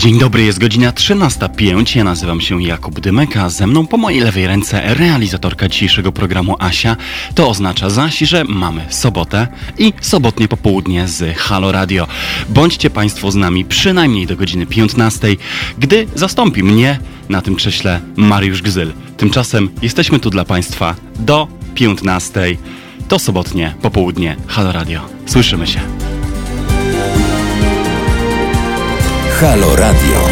Dzień dobry, jest godzina 13:05. Ja nazywam się Jakub Dymek, a ze mną po mojej lewej ręce realizatorka dzisiejszego programu Asia. To oznacza zaś, że mamy sobotę i sobotnie popołudnie z Halo Radio. Bądźcie Państwo z nami przynajmniej do godziny 15:00, gdy zastąpi mnie na tym krześle Mariusz Gzyl. Tymczasem jesteśmy tu dla Państwa do 15:00. To sobotnie popołudnie Halo Radio. Słyszymy się. Halo Radio.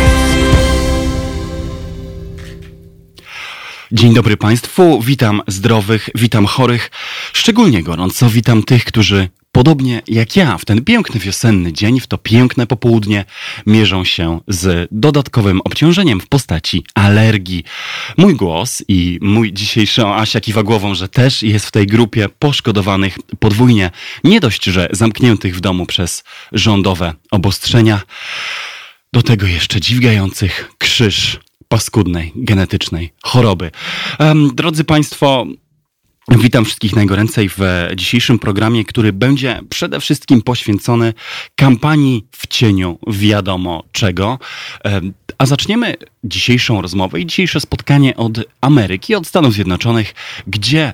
Dzień dobry Państwu, witam zdrowych, witam chorych, szczególnie gorąco witam tych, którzy podobnie jak ja w ten piękny wiosenny dzień, w to piękne popołudnie mierzą się z dodatkowym obciążeniem w postaci alergii. Mój głos i mój dzisiejszy Asia kiwa głową, że też jest w tej grupie poszkodowanych podwójnie. Nie dość, że zamkniętych w domu przez rządowe obostrzenia, do tego jeszcze dźwigających krzyż paskudnej, genetycznej choroby. Drodzy Państwo, witam wszystkich najgoręcej w dzisiejszym programie, który będzie przede wszystkim poświęcony kampanii w cieniu wiadomo czego. A zaczniemy dzisiejszą rozmowę i dzisiejsze spotkanie od Ameryki, od Stanów Zjednoczonych, gdzie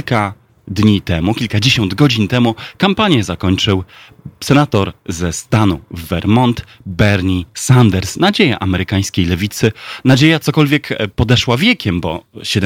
kilkadziesiąt godzin temu kampanię zakończył senator ze stanu Vermont, Bernie Sanders. Nadzieja amerykańskiej lewicy, nadzieja cokolwiek podeszła wiekiem, bo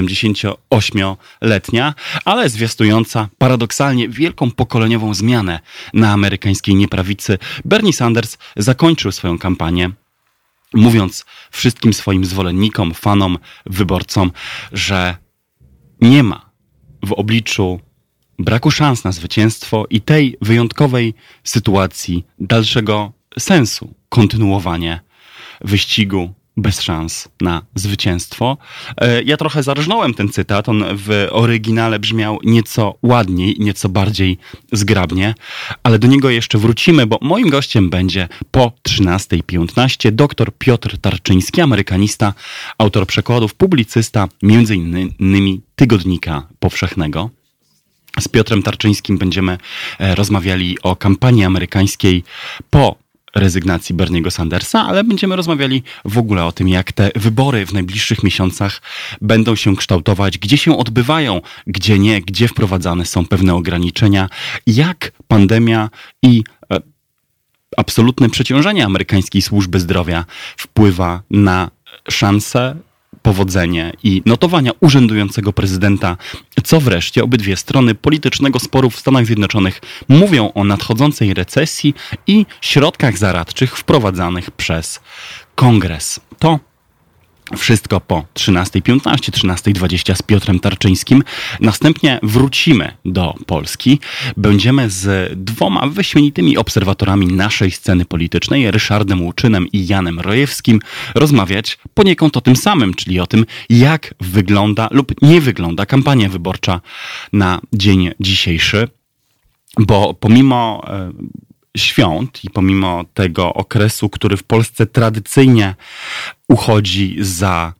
78-letnia, ale zwiastująca paradoksalnie wielką pokoleniową zmianę na amerykańskiej nieprawicy. Bernie Sanders zakończył swoją kampanię, mówiąc wszystkim swoim zwolennikom, fanom, wyborcom, że nie ma w obliczu braku szans na zwycięstwo i tej wyjątkowej sytuacji dalszego sensu kontynuowanie wyścigu bez szans na zwycięstwo. Ja trochę zarżnąłem ten cytat, on w oryginale brzmiał nieco ładniej, nieco bardziej zgrabnie, ale do niego jeszcze wrócimy, bo moim gościem będzie po 13:15 dr Piotr Tarczyński, amerykanista, autor przekładów, publicysta, między innymi Tygodnika Powszechnego. Z Piotrem Tarczyńskim będziemy rozmawiali o kampanii amerykańskiej po rezygnacji Berniego Sandersa, ale będziemy rozmawiali w ogóle o tym, jak te wybory w najbliższych miesiącach będą się kształtować, gdzie się odbywają, gdzie nie, gdzie wprowadzane są pewne ograniczenia, jak pandemia i absolutne przeciążenie amerykańskiej służby zdrowia wpływa na szanse, powodzenie i notowania urzędującego prezydenta, co wreszcie obydwie strony politycznego sporu w Stanach Zjednoczonych mówią o nadchodzącej recesji i środkach zaradczych wprowadzanych przez Kongres. To wszystko po 13:15, 13:20 z Piotrem Tarczyńskim. Następnie wrócimy do Polski. Będziemy z dwoma wyśmienitymi obserwatorami naszej sceny politycznej, Ryszardem Łuczynem i Janem Rojewskim, rozmawiać poniekąd o tym samym, czyli o tym, jak wygląda lub nie wygląda kampania wyborcza na dzień dzisiejszy. Bo pomimo świąt i pomimo tego okresu, który w Polsce tradycyjnie uchodzi za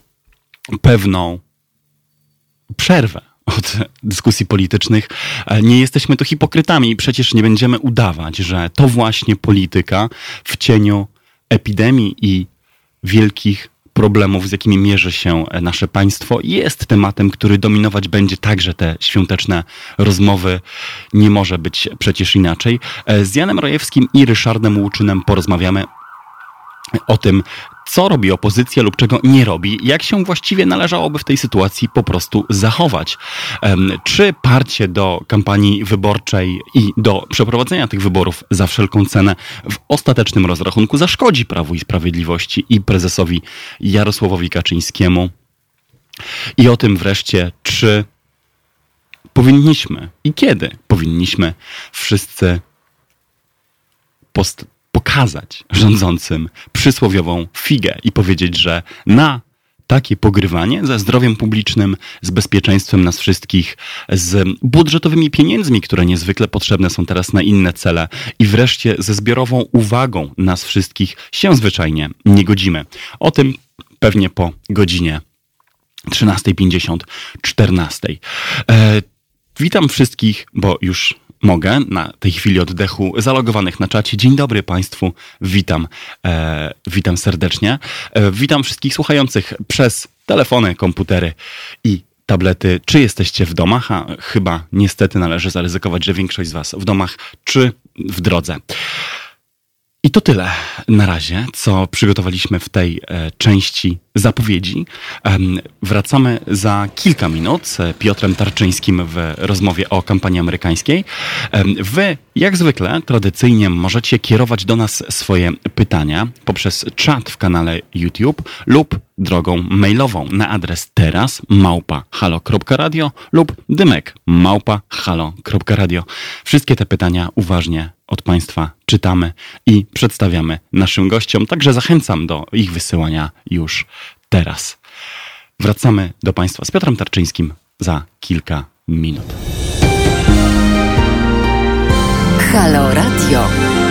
pewną przerwę od dyskusji politycznych, nie jesteśmy tu hipokrytami i przecież nie będziemy udawać, że to właśnie polityka w cieniu epidemii i wielkich problemów, z jakimi mierzy się nasze państwo, jest tematem, który dominować będzie także te świąteczne rozmowy. Nie może być przecież inaczej. Z Janem Rojewskim i Ryszardem Łuczynem porozmawiamy o tym, co robi opozycja lub czego nie robi, jak się właściwie należałoby w tej sytuacji po prostu zachować. Czy parcie do kampanii wyborczej i do przeprowadzenia tych wyborów za wszelką cenę w ostatecznym rozrachunku zaszkodzi Prawu i Sprawiedliwości i prezesowi Jarosławowi Kaczyńskiemu? I o tym wreszcie, czy powinniśmy i kiedy powinniśmy wszyscy pokazać rządzącym przysłowiową figę i powiedzieć, że na takie pogrywanie ze zdrowiem publicznym, z bezpieczeństwem nas wszystkich, z budżetowymi pieniędzmi, które niezwykle potrzebne są teraz na inne cele i wreszcie ze zbiorową uwagą nas wszystkich się zwyczajnie nie godzimy. O tym pewnie po godzinie 13:50, 14:00. Witam wszystkich, bo już mogę, na tej chwili oddechu zalogowanych na czacie. Dzień dobry Państwu, witam serdecznie. Witam wszystkich słuchających przez telefony, komputery i tablety. Czy jesteście w domach? A chyba niestety należy zaryzykować, że większość z Was w domach, czy w drodze. I to tyle na razie, co przygotowaliśmy w tej części zapowiedzi. Wracamy za kilka minut z Piotrem Tarczyńskim w rozmowie o kampanii amerykańskiej. Wy, jak zwykle, tradycyjnie możecie kierować do nas swoje pytania poprzez czat w kanale YouTube lub drogą mailową na adres teraz@halo.radio lub dymek@halo.radio. Wszystkie te pytania uważnie od Państwa czytamy i przedstawiamy naszym gościom, także zachęcam do ich wysyłania już teraz. Wracamy do Państwa z Piotrem Tarczyńskim za kilka minut. Halo Radio.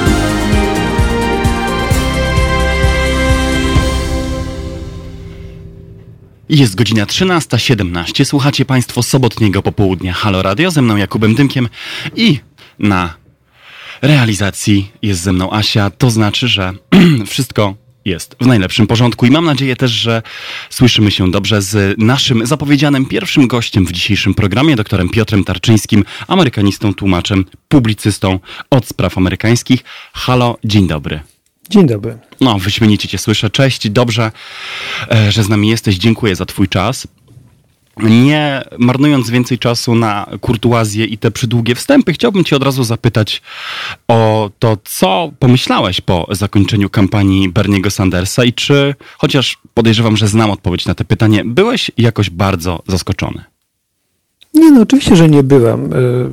Jest godzina 13:17. Słuchacie Państwo sobotniego popołudnia Halo Radio. Ze mną Jakubem Dymkiem i na realizacji jest ze mną Asia. To znaczy, że wszystko jest w najlepszym porządku i mam nadzieję też, że słyszymy się dobrze z naszym zapowiedzianym pierwszym gościem w dzisiejszym programie, doktorem Piotrem Tarczyńskim, amerykanistą, tłumaczem, publicystą od spraw amerykańskich. Halo, dzień dobry. Dzień dobry. No, wyśmienicie Cię słyszę. Cześć, dobrze, że z nami jesteś. Dziękuję za Twój czas. Nie marnując więcej czasu na kurtuazję i te przydługie wstępy, chciałbym Cię od razu zapytać o to, co pomyślałeś po zakończeniu kampanii Berniego Sandersa i czy, chociaż podejrzewam, że znam odpowiedź na to pytanie, byłeś jakoś bardzo zaskoczony? Nie, no oczywiście, że nie byłem.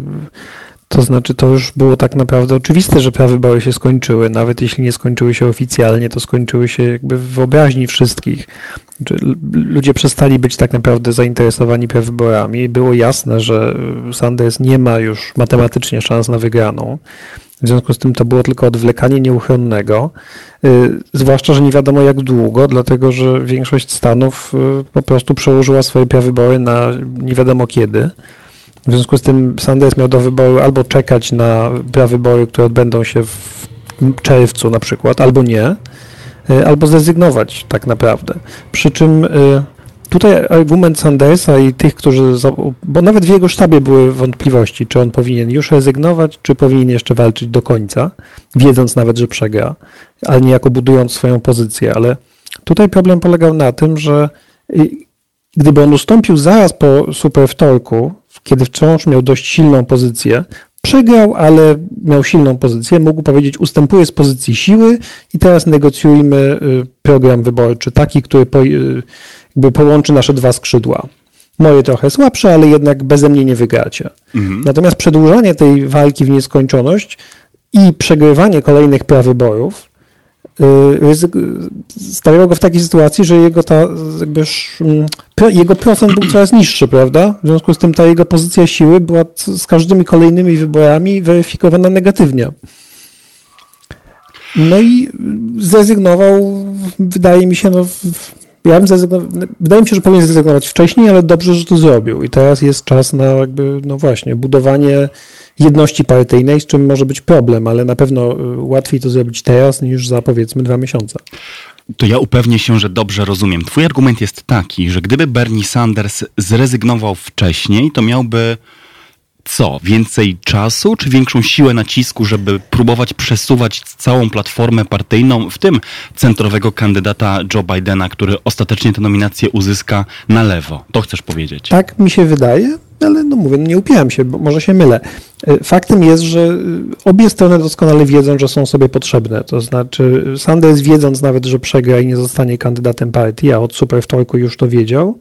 To znaczy, to już było tak naprawdę oczywiste, że prawybory się skończyły. Nawet jeśli nie skończyły się oficjalnie, to skończyły się jakby w wyobraźni wszystkich. Ludzie przestali być tak naprawdę zainteresowani prawyborami. Było jasne, że Sanders nie ma już matematycznie szans na wygraną. W związku z tym to było tylko odwlekanie nieuchronnego. Zwłaszcza, że nie wiadomo jak długo, dlatego że większość stanów po prostu przełożyła swoje prawybory na nie wiadomo kiedy. W związku z tym Sanders miał do wyboru albo czekać na prawybory, które odbędą się w czerwcu na przykład, albo nie, albo zrezygnować tak naprawdę. Przy czym tutaj argument Sandersa i tych, którzy, bo nawet w jego sztabie były wątpliwości, czy on powinien już rezygnować, czy powinien jeszcze walczyć do końca, wiedząc nawet, że przegra, ale niejako budując swoją pozycję. Ale tutaj problem polegał na tym, że gdyby on ustąpił zaraz po superwtorku, kiedy wciąż miał dość silną pozycję, przegrał, ale miał silną pozycję, mógł powiedzieć, ustępuję z pozycji siły i teraz negocjujmy program wyborczy, taki, który jakby połączy nasze dwa skrzydła. Moje trochę słabsze, ale jednak beze mnie nie wygracie. Natomiast przedłużanie tej walki w nieskończoność i przegrywanie kolejnych prawyborów stawiało go w takiej sytuacji, że jego procent był coraz niższy, prawda? W związku z tym ta jego pozycja siły była z każdymi kolejnymi wyborami weryfikowana negatywnie. No i zrezygnował, wydaje mi się, wydaje mi się, że powinien zrezygnować wcześniej, ale dobrze, że to zrobił. I teraz jest czas na budowanie jedności partyjnej, z czym może być problem, ale na pewno łatwiej to zrobić teraz niż za powiedzmy 2 miesiące. To ja upewnię się, że dobrze rozumiem. Twój argument jest taki, że gdyby Bernie Sanders zrezygnował wcześniej, to miałby co? Więcej czasu, czy większą siłę nacisku, żeby próbować przesuwać całą platformę partyjną, w tym centrowego kandydata Joe Bidena, który ostatecznie tę nominację uzyska na lewo? To chcesz powiedzieć? Tak mi się wydaje, ale mówię, nie upieram się, bo może się mylę. Faktem jest, że obie strony doskonale wiedzą, że są sobie potrzebne. To znaczy Sanders, wiedząc nawet, że przegra i nie zostanie kandydatem partii, a od superwtorku już to wiedział,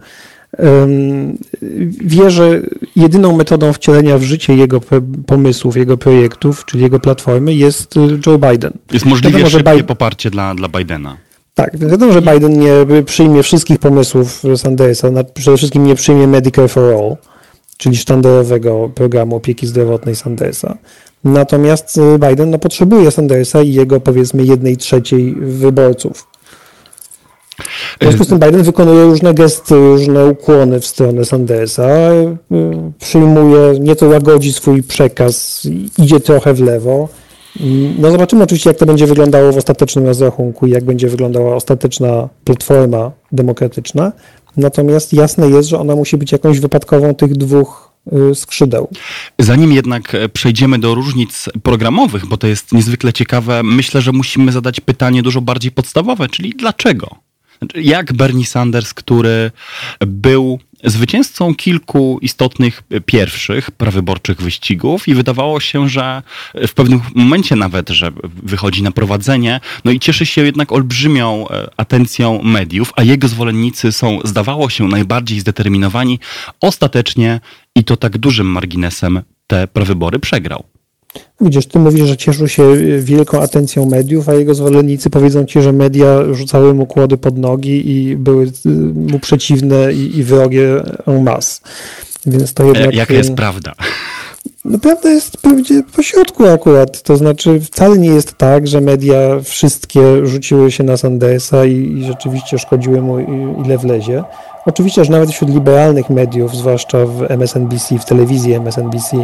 wie, że jedyną metodą wcielenia w życie jego pomysłów, jego projektów, czyli jego platformy jest Joe Biden. Jest możliwie szybkie poparcie dla Bidena. Tak, wiadomo, że Biden nie przyjmie wszystkich pomysłów Sandersa, przede wszystkim nie przyjmie Medicare for All, czyli sztandarowego programu opieki zdrowotnej Sandersa. Natomiast Biden potrzebuje Sandersa i jego powiedzmy 1/3 wyborców. W związku z tym Biden wykonuje różne gesty, różne ukłony w stronę Sandersa, przyjmuje, nieco łagodzi swój przekaz, idzie trochę w lewo. No zobaczymy oczywiście, jak to będzie wyglądało w ostatecznym rozrachunku i jak będzie wyglądała ostateczna platforma demokratyczna. Natomiast jasne jest, że ona musi być jakąś wypadkową tych dwóch skrzydeł. Zanim jednak przejdziemy do różnic programowych, bo to jest niezwykle ciekawe, myślę, że musimy zadać pytanie dużo bardziej podstawowe, czyli dlaczego? Jak Bernie Sanders, który był zwycięzcą kilku istotnych pierwszych prawyborczych wyścigów i wydawało się, że w pewnym momencie nawet, że wychodzi na prowadzenie, no i cieszy się jednak olbrzymią atencją mediów, a jego zwolennicy są, zdawało się, najbardziej zdeterminowani, ostatecznie i to tak dużym marginesem te prawybory przegrał. Widzisz, ty mówisz, że cieszył się wielką atencją mediów, a jego zwolennicy powiedzą ci, że media rzucały mu kłody pod nogi i były mu przeciwne i wrogie en masse. Więc to jednak... Jaka jest prawda? No prawda jest pewnie pośrodku akurat. To znaczy wcale nie jest tak, że media wszystkie rzuciły się na Sandersa i rzeczywiście szkodziły mu ile wlezie. Oczywiście, że nawet wśród liberalnych mediów, zwłaszcza w MSNBC, w telewizji MSNBC,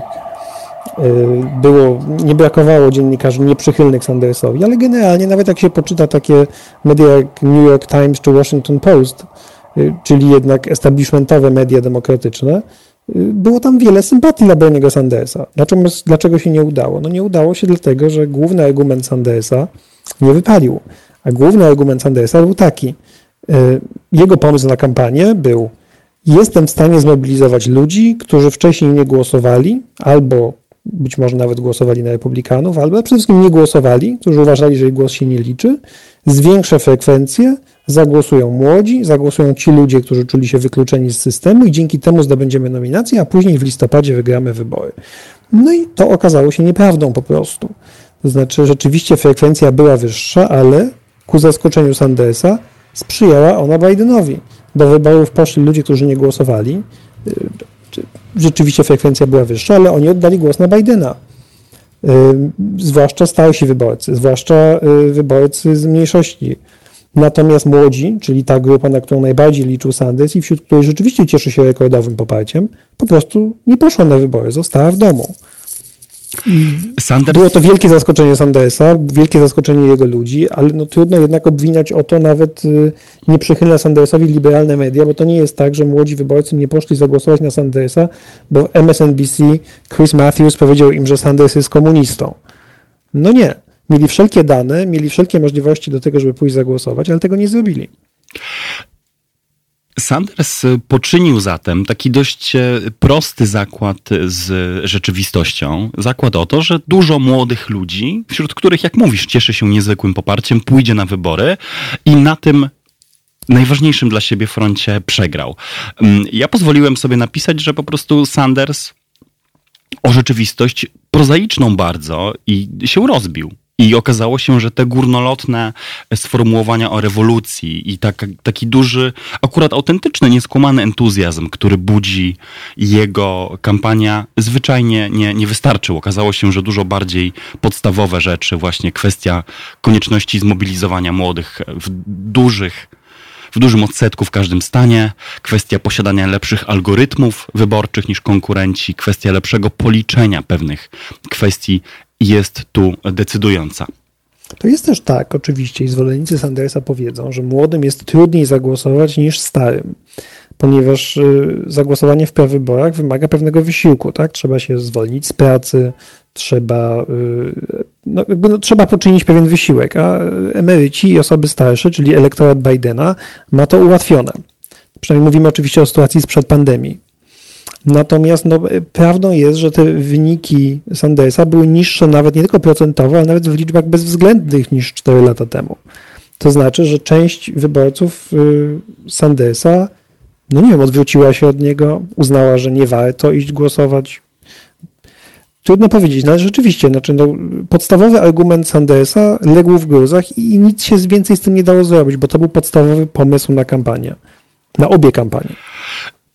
nie brakowało dziennikarzy nieprzychylnych Sandersowi, ale generalnie nawet jak się poczyta takie media jak New York Times czy Washington Post, czyli jednak establishmentowe media demokratyczne, było tam wiele sympatii dla Berniego Sandersa. Natomiast dlaczego się nie udało? No nie udało się dlatego, że główny argument Sandersa nie wypalił. A główny argument Sandersa był taki. Jego pomysł na kampanię był: jestem w stanie zmobilizować ludzi, którzy wcześniej nie głosowali, albo być może nawet głosowali na republikanów, albo przede wszystkim nie głosowali, którzy uważali, że ich głos się nie liczy, zwiększę frekwencję, zagłosują młodzi, zagłosują ci ludzie, którzy czuli się wykluczeni z systemu i dzięki temu zdobędziemy nominację, a później w listopadzie wygramy wybory. No i to okazało się nieprawdą po prostu. To znaczy rzeczywiście frekwencja była wyższa, ale ku zaskoczeniu Sandersa sprzyjała ona Bidenowi. Do wyborów poszli ludzie, którzy nie głosowali. Rzeczywiście frekwencja była wyższa, ale oni oddali głos na Bidena. Zwłaszcza starsi wyborcy, zwłaszcza wyborcy z mniejszości. Natomiast młodzi, czyli ta grupa, na którą najbardziej liczył Sanders i wśród której rzeczywiście cieszy się rekordowym poparciem, po prostu nie poszła na wybory, została w domu. Było to wielkie zaskoczenie Sandersa, wielkie zaskoczenie jego ludzi, ale no trudno jednak obwiniać o to nawet nieprzychylne Sandersowi liberalne media, bo to nie jest tak, że młodzi wyborcy nie poszli zagłosować na Sandersa, bo w MSNBC Chris Matthews powiedział im, że Sanders jest komunistą. No nie. Mieli wszelkie dane, mieli wszelkie możliwości do tego, żeby pójść zagłosować, ale tego nie zrobili. Sanders poczynił zatem taki dość prosty zakład z rzeczywistością. Zakład o to, że dużo młodych ludzi, wśród których, jak mówisz, cieszy się niezwykłym poparciem, pójdzie na wybory i na tym najważniejszym dla siebie froncie przegrał. Ja pozwoliłem sobie napisać, że po prostu Sanders o rzeczywistość prozaiczną bardzo i się rozbił. I okazało się, że te górnolotne sformułowania o rewolucji i taki duży, akurat autentyczny, nieskłamany entuzjazm, który budzi jego kampania, zwyczajnie nie wystarczył. Okazało się, że dużo bardziej podstawowe rzeczy, właśnie kwestia konieczności zmobilizowania młodych w dużym odsetku w każdym stanie, kwestia posiadania lepszych algorytmów wyborczych niż konkurenci, kwestia lepszego policzenia pewnych kwestii jest tu decydująca. To jest też tak, oczywiście, i zwolennicy Sandersa powiedzą, że młodym jest trudniej zagłosować niż starym, ponieważ zagłosowanie w prawyborach wymaga pewnego wysiłku, tak? Trzeba się zwolnić z pracy, trzeba poczynić pewien wysiłek, a emeryci i osoby starsze, czyli elektorat Bidena, ma to ułatwione. Przynajmniej mówimy oczywiście o sytuacji sprzed pandemii. Natomiast prawdą jest, że te wyniki Sandersa były niższe nawet nie tylko procentowo, ale nawet w liczbach bezwzględnych niż 4 lata temu. To znaczy, że część wyborców Sandersa, odwróciła się od niego, uznała, że nie warto iść głosować. Trudno powiedzieć, ale rzeczywiście, podstawowy argument Sandersa legł w gruzach i nic się więcej z tym nie dało zrobić, bo to był podstawowy pomysł na kampanię, na obie kampanie.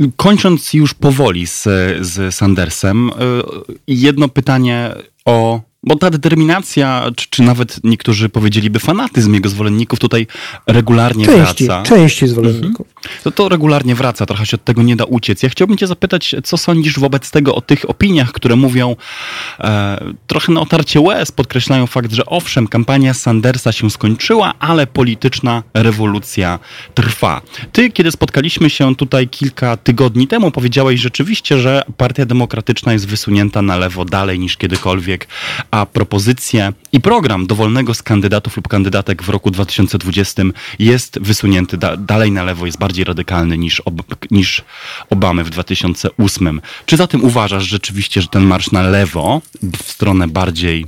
Kończąc już powoli z Sandersem, jedno pytanie o Bo ta determinacja, czy nawet niektórzy powiedzieliby fanatyzm jego zwolenników tutaj regularnie wraca. Części zwolenników. To regularnie wraca, trochę się od tego nie da uciec. Ja chciałbym cię zapytać, co sądzisz wobec tego o tych opiniach, które mówią trochę na otarcie łez, podkreślają fakt, że owszem, kampania Sandersa się skończyła, ale polityczna rewolucja trwa. Ty, kiedy spotkaliśmy się tutaj kilka tygodni temu, powiedziałeś rzeczywiście, że Partia Demokratyczna jest wysunięta na lewo dalej niż kiedykolwiek, a propozycje i program dowolnego z kandydatów lub kandydatek w roku 2020 jest wysunięty dalej na lewo, jest bardziej radykalny niż Obamy w 2008. Czy zatem uważasz rzeczywiście, że ten marsz na lewo, w stronę bardziej,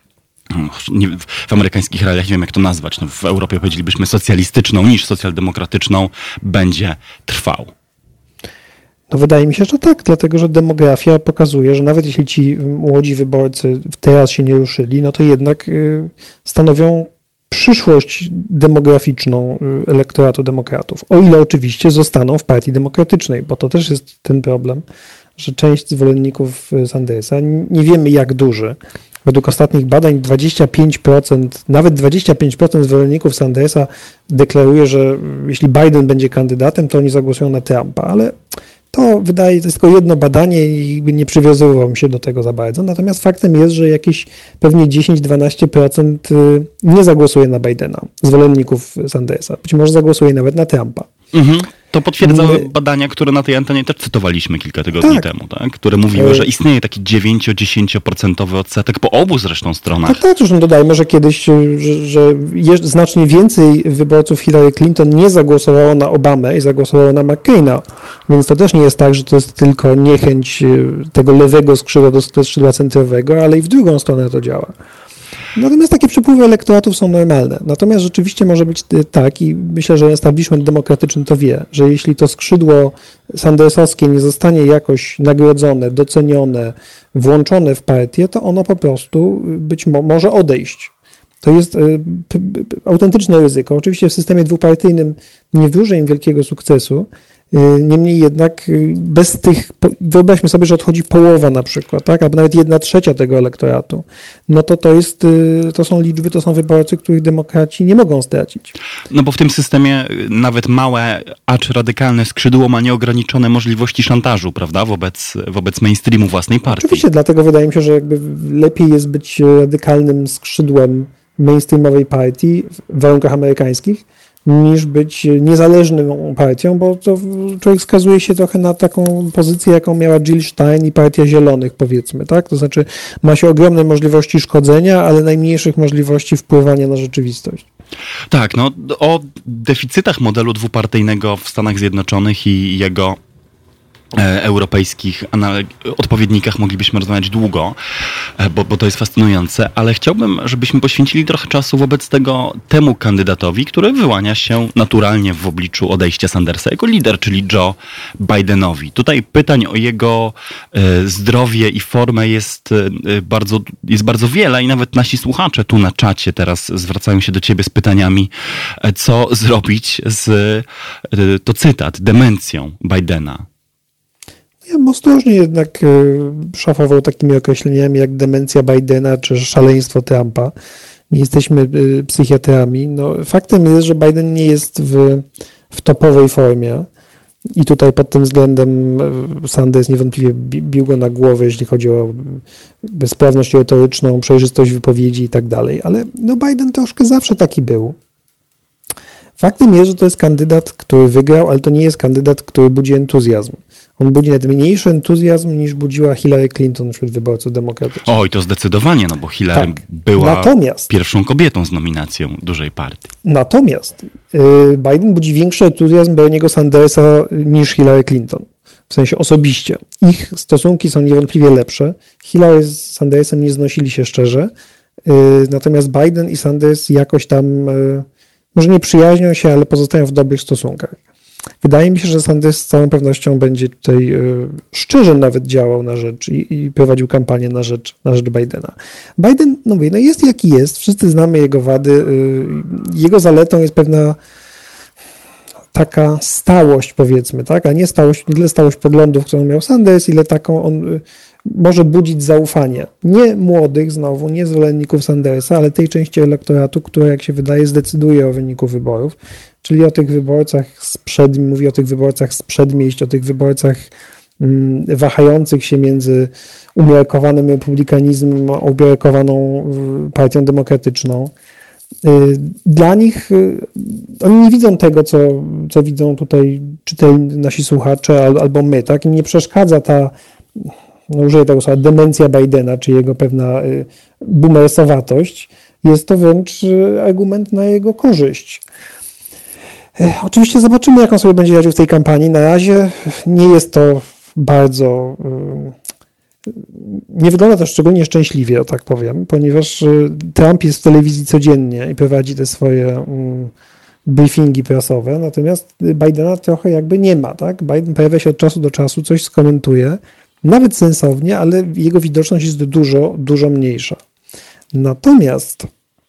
w amerykańskich realiach nie wiem jak to nazwać, w Europie powiedzielibyśmy socjalistyczną niż socjaldemokratyczną, będzie trwał? No wydaje mi się, że tak, dlatego że demografia pokazuje, że nawet jeśli ci młodzi wyborcy teraz się nie ruszyli, no to jednak stanowią przyszłość demograficzną elektoratu demokratów. O ile oczywiście zostaną w Partii Demokratycznej, bo to też jest ten problem, że część zwolenników Sandersa, nie wiemy jak duży, według ostatnich badań 25%, nawet 25% zwolenników Sandersa deklaruje, że jeśli Biden będzie kandydatem, to oni zagłosują na Trumpa, ale to wydaje, to jest tylko jedno badanie i nie przywiązywałem się do tego za bardzo. Natomiast faktem jest, że jakieś pewnie 10-12% nie zagłosuje na Bidena, zwolenników Sandersa. Być może zagłosuje nawet na Trumpa. Mhm. To potwierdzały badania, które na tej antenie też cytowaliśmy kilka tygodni temu, tak? Które mówiły, że istnieje taki 9-10% odsetek po obu zresztą stronach. Tak, zresztą dodajmy, że kiedyś że znacznie więcej wyborców Hillary Clinton nie zagłosowało na Obamę i zagłosowało na McCaina, więc to też nie jest tak, że to jest tylko niechęć tego lewego skrzydła do skrzydła centrowego, ale i w drugą stronę to działa. Natomiast takie przepływy elektoratów są normalne. Natomiast rzeczywiście może być tak i myślę, że establishment demokratyczny to wie, że jeśli to skrzydło sandersowskie nie zostanie jakoś nagrodzone, docenione, włączone w partię, to ono po prostu może odejść. To jest autentyczne ryzyko. Oczywiście w systemie dwupartyjnym nie wróży im wielkiego sukcesu, niemniej jednak bez tych, wyobraźmy sobie, że odchodzi połowa na przykład, tak, albo nawet 1/3 tego elektoratu, no to są liczby, to są wyborcy, których demokraci nie mogą stracić. No bo w tym systemie nawet małe, acz radykalne skrzydło ma nieograniczone możliwości szantażu, prawda, wobec mainstreamu własnej partii. Oczywiście, dlatego wydaje mi się, że jakby lepiej jest być radykalnym skrzydłem mainstreamowej partii w warunkach amerykańskich, niż być niezależną partią, bo to człowiek wskazuje się trochę na taką pozycję, jaką miała Jill Stein i Partia Zielonych, powiedzmy, tak? To znaczy ma się ogromne możliwości szkodzenia, ale najmniejszych możliwości wpływania na rzeczywistość. Tak, no o deficytach modelu dwupartyjnego w Stanach Zjednoczonych i jego europejskich odpowiednikach moglibyśmy rozmawiać długo, bo to jest fascynujące, ale chciałbym, żebyśmy poświęcili trochę czasu wobec temu kandydatowi, który wyłania się naturalnie w obliczu odejścia Sandersa jako lider, czyli Joe Bidenowi. Tutaj pytań o jego zdrowie i formę jest bardzo wiele i nawet nasi słuchacze tu na czacie teraz zwracają się do ciebie z pytaniami, co zrobić to cytat, demencją Bidena. Ja bym ostrożnie jednak szafował takimi określeniami jak demencja Bidena czy szaleństwo Trumpa. Nie jesteśmy psychiatrami. No, faktem jest, że Biden nie jest w topowej formie i tutaj pod tym względem Sanders niewątpliwie bił go na głowę, jeśli chodzi o bezprawność retoryczną, przejrzystość wypowiedzi i tak dalej. Ale no, Biden troszkę zawsze taki był. Faktem jest, że to jest kandydat, który wygrał, ale to nie jest kandydat, który budzi entuzjazm. On budzi nawet mniejszy entuzjazm niż budziła Hillary Clinton wśród wyborców demokratycznych. Oj, to zdecydowanie, no bo Hillary była pierwszą kobietą z nominacją dużej partii. Natomiast Biden budzi większy entuzjazm Berniego Sandersa niż Hillary Clinton. W sensie osobiście. Ich stosunki są niewątpliwie lepsze. Hillary z Sandersem nie znosili się szczerze. Natomiast Biden i Sanders jakoś tam może nie przyjaźnią się, ale pozostają w dobrych stosunkach. Wydaje mi się, że Sanders z całą pewnością będzie tutaj szczerze nawet działał na rzecz i prowadził kampanię na rzecz Bidena. Biden, no jest jaki jest, wszyscy znamy jego wady. Jego zaletą jest pewna taka stałość, powiedzmy, tak? A nie tyle stałość poglądów, którą miał Sanders, ile taką on może budzić zaufanie. Nie młodych znowu, nie zwolenników Sandersa, ale tej części elektoratu, która, jak się wydaje, zdecyduje o wyniku wyborów, czyli o tych wyborcach mówi o tych wyborcach z przedmieść, o tych wyborcach wahających się między umiarkowanym republikanizmem a umiarkowaną partią demokratyczną. Dla nich, oni nie widzą tego, co widzą tutaj nasi słuchacze albo my, tak? Im nie przeszkadza ta, użyję tego słowa, demencja Bidena, czy jego pewna boomersowatość. Jest to wręcz argument na jego korzyść. Oczywiście zobaczymy, jak on sobie będzie radził w tej kampanii. Na razie nie jest to bardzo... Nie wygląda to szczególnie szczęśliwie, o tak powiem, ponieważ Trump jest w telewizji codziennie i prowadzi te swoje briefingi prasowe, natomiast Bidena trochę jakby nie ma, tak? Biden pojawia się od czasu do czasu, coś skomentuje, nawet sensownie, ale jego widoczność jest dużo, dużo mniejsza. Natomiast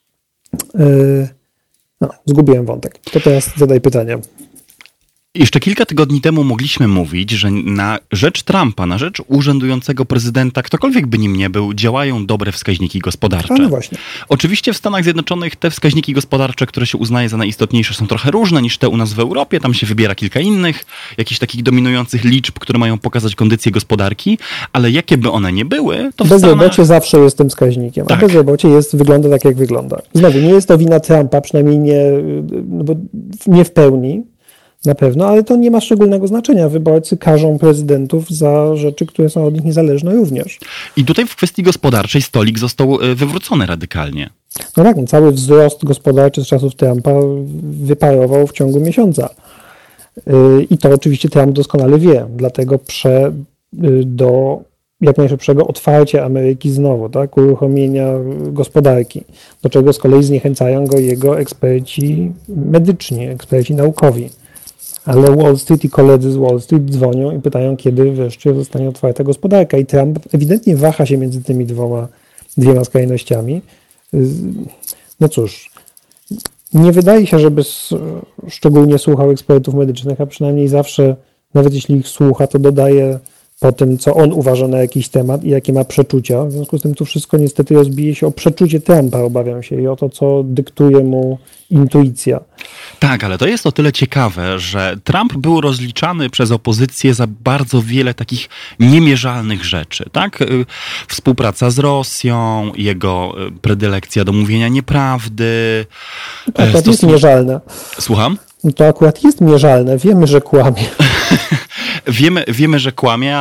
zgubiłem wątek. To teraz zadaj pytanie. Jeszcze kilka tygodni temu mogliśmy mówić, że na rzecz Trumpa, na rzecz urzędującego prezydenta, ktokolwiek by nim nie był, działają dobre wskaźniki gospodarcze. No właśnie. Oczywiście w Stanach Zjednoczonych te wskaźniki gospodarcze, które się uznaje za najistotniejsze, są trochę różne niż te u nas w Europie. Tam się wybiera kilka innych, jakichś takich dominujących liczb, które mają pokazać kondycję gospodarki, ale jakie by one nie były, to w bezrobocie zawsze jest tym wskaźnikiem, tak. A bezrobocie wygląda tak, jak wygląda. Znowu, nie jest to wina Trumpa, przynajmniej nie w pełni, na pewno, ale to nie ma szczególnego znaczenia. Wyborcy karzą prezydentów za rzeczy, które są od nich niezależne również. I tutaj w kwestii gospodarczej stolik został wywrócony radykalnie. No tak, cały wzrost gospodarczy z czasów Trumpa wyparował w ciągu miesiąca. I to oczywiście Trump doskonale wie, dlatego do jak najszybszego otwarcia Ameryki znowu, tak, uruchomienia gospodarki, do czego z kolei zniechęcają go jego eksperci medyczni, eksperci naukowi. Ale Wall Street i koledzy z Wall Street dzwonią i pytają, kiedy wreszcie zostanie otwarta gospodarka. I Trump ewidentnie waha się między tymi dwiema skrajnościami. No cóż, nie wydaje się, żeby szczególnie słuchał ekspertów medycznych, a przynajmniej zawsze, nawet jeśli ich słucha, to dodaje po tym, co on uważa na jakiś temat i jakie ma przeczucia. W związku z tym to wszystko niestety rozbije się o przeczucie Trumpa, obawiam się, i o to, co dyktuje mu intuicja. Tak, ale to jest o tyle ciekawe, że Trump był rozliczany przez opozycję za bardzo wiele takich niemierzalnych rzeczy, tak? Współpraca z Rosją, jego predylekcja do mówienia nieprawdy. To jest mierzalne. Słucham? To akurat jest mierzalne, wiemy, że kłamie. Wiemy, że kłamie,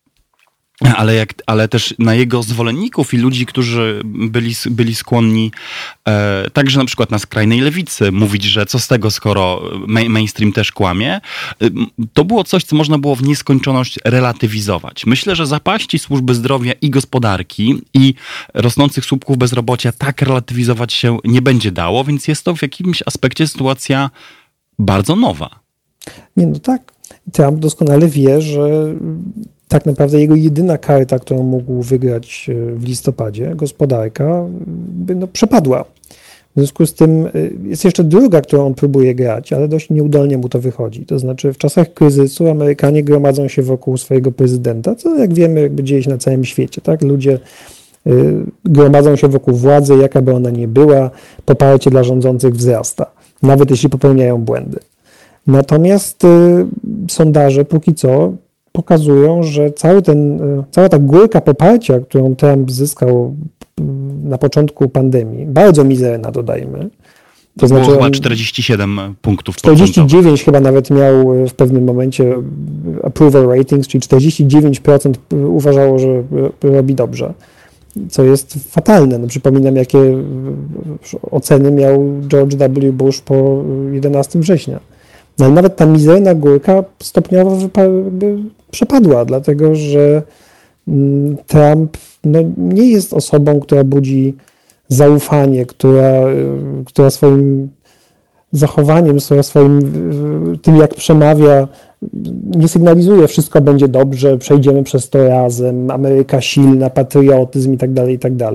ale też na jego zwolenników i ludzi, którzy byli skłonni także na przykład na skrajnej lewicy mówić, że co z tego, skoro mainstream też kłamie, to było coś, co można było w nieskończoność relatywizować. Myślę, że zapaści służby zdrowia i gospodarki i rosnących słupków bezrobocia tak relatywizować się nie będzie dało, więc jest to w jakimś aspekcie sytuacja bardzo nowa. Nie, no tak. Trump doskonale wie, że tak naprawdę jego jedyna karta, którą mógł wygrać w listopadzie, gospodarka, przepadła. W związku z tym jest jeszcze druga, którą on próbuje grać, ale dość nieudolnie mu to wychodzi. To znaczy w czasach kryzysu Amerykanie gromadzą się wokół swojego prezydenta, co jak wiemy jakby dzieje się na całym świecie. Tak? Ludzie gromadzą się wokół władzy, jaka by ona nie była, poparcie dla rządzących wzrasta, nawet jeśli popełniają błędy. Natomiast sondaże póki co pokazują, że cała ta górka poparcia, którą Trump zyskał na początku pandemii, bardzo mizerna, dodajmy. To znaczy było chyba 47 punktów 49 chyba nawet miał w pewnym momencie approval ratings, czyli 49% uważało, że robi dobrze, co jest fatalne. No, przypominam, jakie oceny miał George W. Bush po 11 września. No, ale nawet ta mizerna górka stopniowo przepadła, dlatego że Trump nie jest osobą, która budzi zaufanie, która swoim zachowaniem, swoim tym, jak przemawia, nie sygnalizuje, wszystko będzie dobrze, przejdziemy przez to razem, Ameryka silna, patriotyzm i tak dalej, i tak dalej.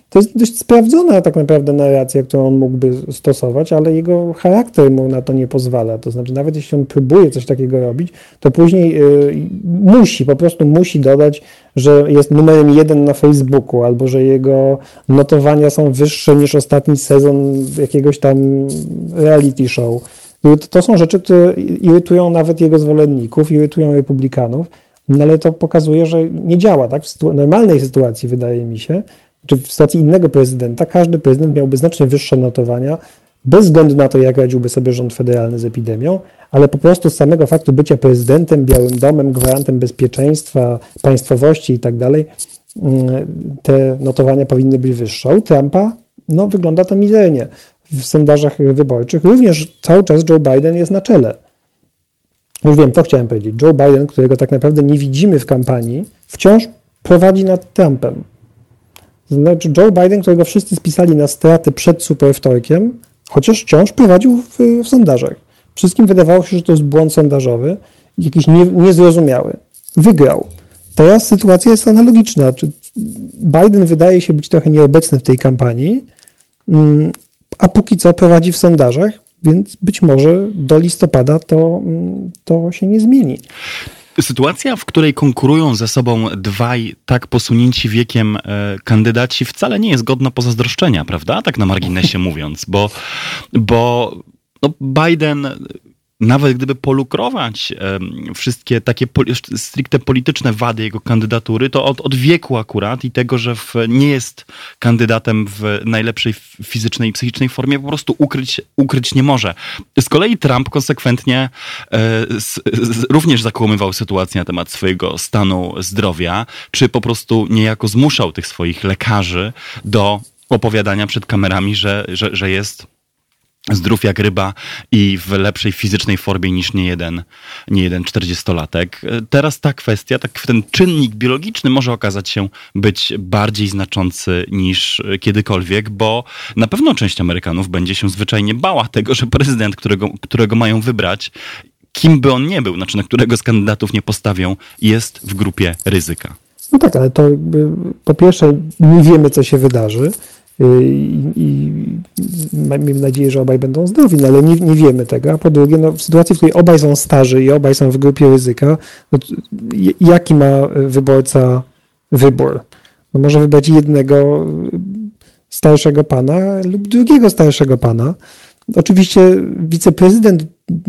to jest dość sprawdzona tak naprawdę narracja, którą on mógłby stosować, ale jego charakter mu na to nie pozwala. To znaczy, nawet jeśli on próbuje coś takiego robić, to później po prostu musi dodać, że jest numerem 1 na Facebooku, albo że jego notowania są wyższe niż ostatni sezon jakiegoś tam reality show. To są rzeczy, które irytują nawet jego zwolenników, irytują republikanów, no ale to pokazuje, że nie działa. Tak? W normalnej sytuacji, wydaje mi się, czy w sytuacji innego prezydenta, każdy prezydent miałby znacznie wyższe notowania, bez względu na to, jak radziłby sobie rząd federalny z epidemią, ale po prostu z samego faktu bycia prezydentem, Białym Domem, gwarantem bezpieczeństwa, państwowości i tak dalej, te notowania powinny być wyższe. U Trumpa wygląda to mizernie. W sondażach wyborczych również cały czas Joe Biden jest na czele. Już wiem, to chciałem powiedzieć. Joe Biden, którego tak naprawdę nie widzimy w kampanii, wciąż prowadzi nad Trumpem. Znaczy Joe Biden, którego wszyscy spisali na straty przed superwtorkiem, chociaż wciąż prowadził w sondażach. Wszystkim wydawało się, że to jest błąd sondażowy, jakiś niezrozumiały. Wygrał. Teraz sytuacja jest analogiczna. Biden wydaje się być trochę nieobecny w tej kampanii, a póki co prowadzi w sondażach, więc być może do listopada to się nie zmieni. Sytuacja, w której konkurują ze sobą dwaj tak posunięci wiekiem kandydaci, wcale nie jest godna pozazdroszczenia, prawda? Tak na marginesie mówiąc, bo Biden, nawet gdyby polukrować wszystkie takie stricte polityczne wady jego kandydatury, to od wieku akurat i tego, że nie jest kandydatem w najlepszej fizycznej i psychicznej formie, po prostu ukryć nie może. Z kolei Trump konsekwentnie również zakłamywał sytuację na temat swojego stanu zdrowia, czy po prostu niejako zmuszał tych swoich lekarzy do opowiadania przed kamerami, że jest zdrów jak ryba i w lepszej fizycznej formie niż niejeden 40-latek. Teraz ta kwestia, ten czynnik biologiczny może okazać się być bardziej znaczący niż kiedykolwiek, bo na pewno część Amerykanów będzie się zwyczajnie bała tego, że prezydent, którego mają wybrać, kim by on nie był, znaczy na którego z kandydatów nie postawią, jest w grupie ryzyka. No tak, ale to po pierwsze nie wiemy, co się wydarzy. I miejmy nadzieję, że obaj będą zdrowi, ale nie wiemy tego. A po drugie, w sytuacji, w której obaj są starzy i obaj są w grupie ryzyka, jaki ma wyborca wybór? Może wybrać jednego starszego pana lub drugiego starszego pana. Oczywiście wiceprezydent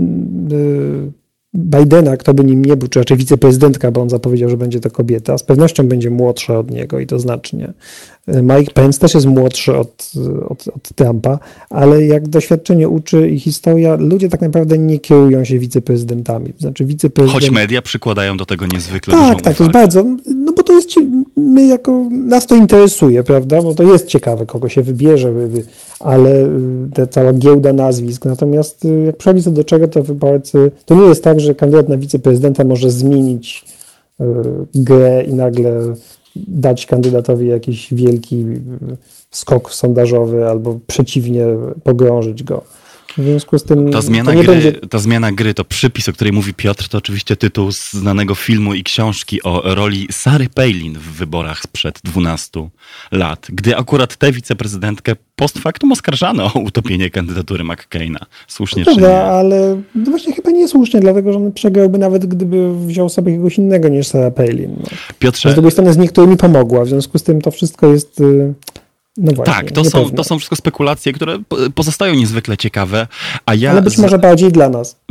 Bidena, kto by nim nie był, czy raczej wiceprezydentka, bo on zapowiedział, że będzie to kobieta, z pewnością będzie młodsza od niego i to znacznie. Mike Pence też jest młodszy od Trumpa, ale jak doświadczenie uczy i historia, ludzie tak naprawdę nie kierują się wiceprezydentami. To znaczy Choć media przykładają do tego niezwykle dużą uwagę. Tak, to jest bardzo, bo to jest, nas to interesuje, prawda, bo to jest ciekawe, kogo się wybierze, ale ta cała giełda nazwisk, natomiast jak przychodzi co do czego, to wyborcy, to nie jest tak, że kandydat na wiceprezydenta może zmienić grę i nagle dać kandydatowi jakiś wielki skok sondażowy albo przeciwnie pogrążyć go. W związku z tym ta zmiana gry, to przypis, o której mówi Piotr, to oczywiście tytuł z znanego filmu i książki o roli Sary Palin w wyborach sprzed 12 lat, gdy akurat tę wiceprezydentkę post factum oskarżano o utopienie kandydatury McCaina. Słusznie czy nie? Ale właśnie chyba nie słusznie, dlatego że on przegrałby nawet gdyby wziął sobie kogoś innego niż Sara Palin. Piotrze, z drugiej strony z niektórymi pomogła, w związku z tym to wszystko jest... No właśnie, tak, to są wszystko spekulacje, które pozostają niezwykle ciekawe, ale być może bardziej dla nas.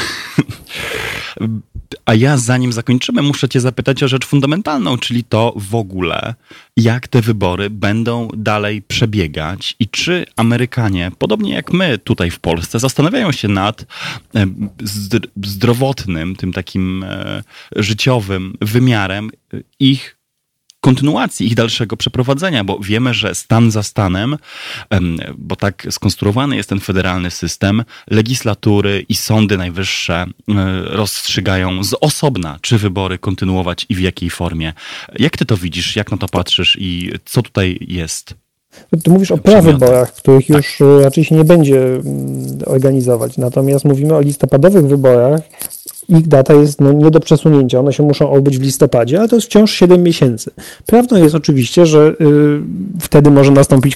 A ja zanim zakończymy, muszę cię zapytać o rzecz fundamentalną, czyli to w ogóle, jak te wybory będą dalej przebiegać i czy Amerykanie, podobnie jak my tutaj w Polsce, zastanawiają się nad zdrowotnym, tym takim życiowym wymiarem kontynuacji ich dalszego przeprowadzenia, bo wiemy, że stan za stanem, bo tak skonstruowany jest ten federalny system, legislatury i sądy najwyższe rozstrzygają z osobna, czy wybory kontynuować i w jakiej formie. Jak ty to widzisz, jak na to patrzysz i co tutaj jest? Ty mówisz o prawyborach, których już raczej się nie będzie organizować. Natomiast mówimy o listopadowych wyborach, ich data jest nie do przesunięcia, one się muszą odbyć w listopadzie, ale to jest wciąż 7 miesięcy. Prawdą jest oczywiście, że wtedy może nastąpić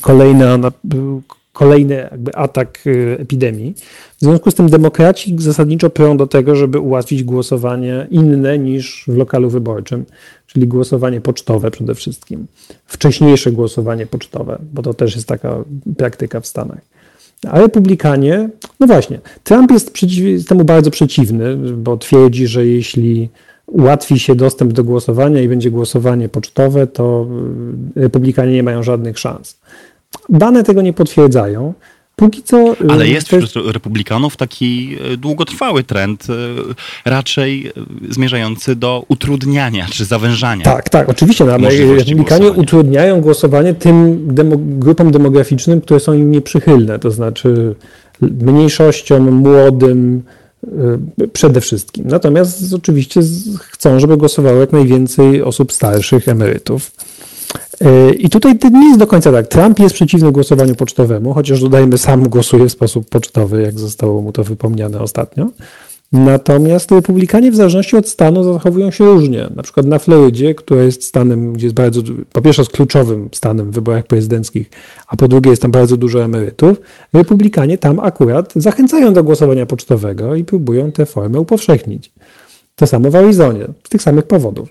kolejny jakby atak epidemii. W związku z tym demokraci zasadniczo prą do tego, żeby ułatwić głosowanie inne niż w lokalu wyborczym, czyli głosowanie pocztowe przede wszystkim. Wcześniejsze głosowanie pocztowe, bo to też jest taka praktyka w Stanach. A republikanie, no właśnie, Trump jest temu bardzo przeciwny, bo twierdzi, że jeśli ułatwi się dostęp do głosowania i będzie głosowanie pocztowe, to republikanie nie mają żadnych szans. Dane tego nie potwierdzają. Póki co. Ale jest wśród republikanów taki długotrwały trend, raczej zmierzający do utrudniania czy zawężania. Tak, oczywiście. Republikanie utrudniają głosowanie tym grupom demograficznym, które są im nieprzychylne, to znaczy mniejszościom, młodym przede wszystkim. Natomiast oczywiście chcą, żeby głosowało jak najwięcej osób starszych, emerytów. I tutaj to nie jest do końca tak. Trump jest przeciwny głosowaniu pocztowemu, chociaż dodajmy, sam głosuje w sposób pocztowy, jak zostało mu to wypomniane ostatnio. Natomiast republikanie w zależności od stanu zachowują się różnie. Na przykład na Florydzie, która jest stanem, gdzie jest po pierwsze jest kluczowym stanem w wyborach prezydenckich, a po drugie jest tam bardzo dużo emerytów, republikanie tam akurat zachęcają do głosowania pocztowego i próbują tę formę upowszechnić. To samo w Arizonie, z tych samych powodów.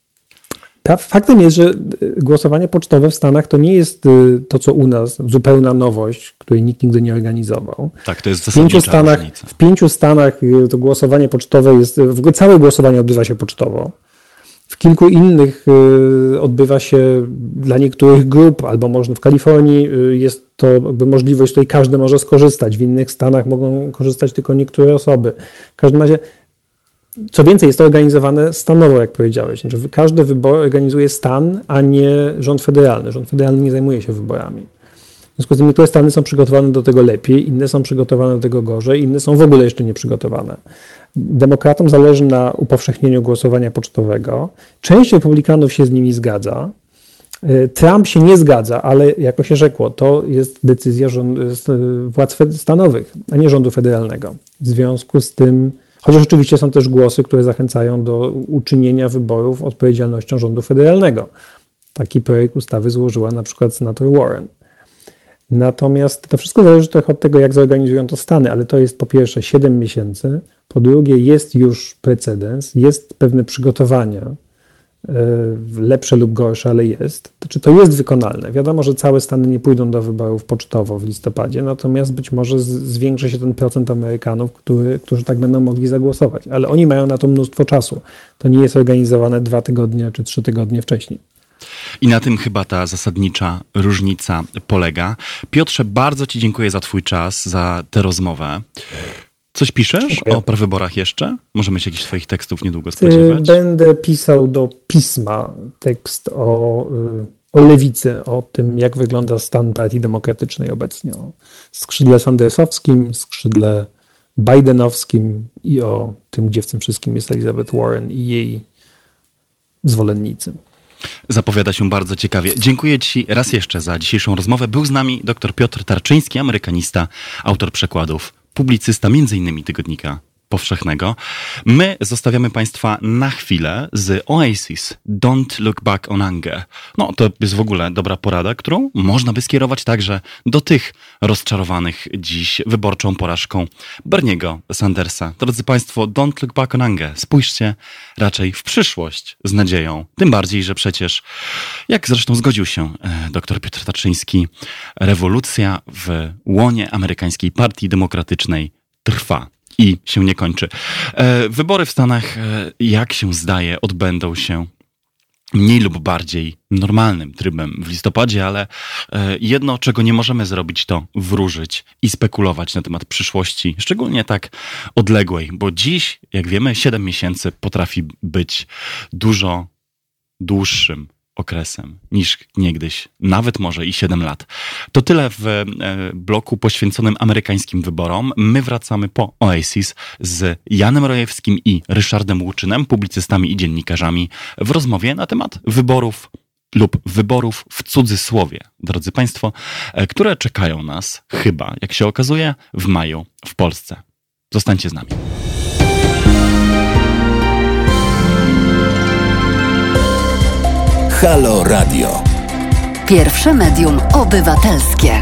Faktem jest, że głosowanie pocztowe w Stanach to nie jest to, co u nas, zupełna nowość, której nikt nigdy nie organizował. Tak, to jest zasadnicza różnica. W 5 stanach to głosowanie pocztowe jest, w ogóle całe głosowanie odbywa się pocztowo. W kilku innych odbywa się dla niektórych grup, albo może w Kalifornii jest to jakby możliwość, z której każdy może skorzystać. W innych stanach mogą korzystać tylko niektóre osoby. W każdym razie, co więcej, jest to organizowane stanowo, jak powiedziałeś. Znaczy, każdy wybór organizuje stan, a nie rząd federalny. Rząd federalny nie zajmuje się wyborami. W związku z tym niektóre stany są przygotowane do tego lepiej, inne są przygotowane do tego gorzej, inne są w ogóle jeszcze nie przygotowane. Demokratom zależy na upowszechnieniu głosowania pocztowego. Część republikanów się z nimi zgadza. Trump się nie zgadza, ale jako się rzekło, to jest decyzja władz stanowych, a nie rządu federalnego. W związku z tym, chociaż oczywiście są też głosy, które zachęcają do uczynienia wyborów odpowiedzialnością rządu federalnego. Taki projekt ustawy złożyła na przykład senator Warren. Natomiast to wszystko zależy trochę od tego, jak zorganizują to Stany, ale to jest po pierwsze 7 miesięcy, po drugie jest już precedens, jest pewne przygotowanie, lepsze lub gorsze, ale jest. Znaczy to jest wykonalne. Wiadomo, że całe Stany nie pójdą do wyborów pocztowo w listopadzie, natomiast być może zwiększy się ten procent Amerykanów, którzy tak będą mogli zagłosować, ale oni mają na to mnóstwo czasu. To nie jest organizowane 2 tygodnie czy 3 tygodnie wcześniej. I na tym chyba ta zasadnicza różnica polega. Piotrze, bardzo Ci dziękuję za Twój czas, za tę rozmowę. Coś piszesz o prawyborach jeszcze? Możemy się jakichś Twoich tekstów niedługo spodziewać? Będę pisał do pisma tekst o lewicy, o tym, jak wygląda stan Partii Demokratycznej obecnie, o skrzydle sandersowskim, skrzydle bidenowskim i o tym, gdzie w tym wszystkim jest Elizabeth Warren i jej zwolennicy. Zapowiada się bardzo ciekawie. Dziękuję Ci raz jeszcze za dzisiejszą rozmowę. Był z nami dr Piotr Tarczyński, amerykanista, autor przekładów, publicysta m.in. Tygodnika Powszechnego. My zostawiamy Państwa na chwilę z Oasis, Don't Look Back on Anger. No, to jest w ogóle dobra porada, którą można by skierować także do tych rozczarowanych dziś wyborczą porażką Berniego Sandersa. Drodzy Państwo, Don't Look Back on Anger. Spójrzcie raczej w przyszłość z nadzieją. Tym bardziej, że przecież, jak zresztą zgodził się dr Piotr Tarczyński, rewolucja w łonie amerykańskiej Partii Demokratycznej trwa i się nie kończy. Wybory w Stanach, jak się zdaje, odbędą się mniej lub bardziej normalnym trybem w listopadzie, ale jedno, czego nie możemy zrobić, to wróżyć i spekulować na temat przyszłości, szczególnie tak odległej, bo dziś, jak wiemy, 7 miesięcy potrafi być dużo dłuższym okresem niż niegdyś, nawet może i 7 lat. To tyle w bloku poświęconym amerykańskim wyborom. My wracamy po Oasis z Janem Rojewskim i Ryszardem Łuczynem, publicystami i dziennikarzami, w rozmowie na temat wyborów lub wyborów w cudzysłowie, drodzy Państwo, które czekają nas chyba, jak się okazuje, w maju w Polsce. Zostańcie z nami. Halo Radio. Pierwsze medium obywatelskie.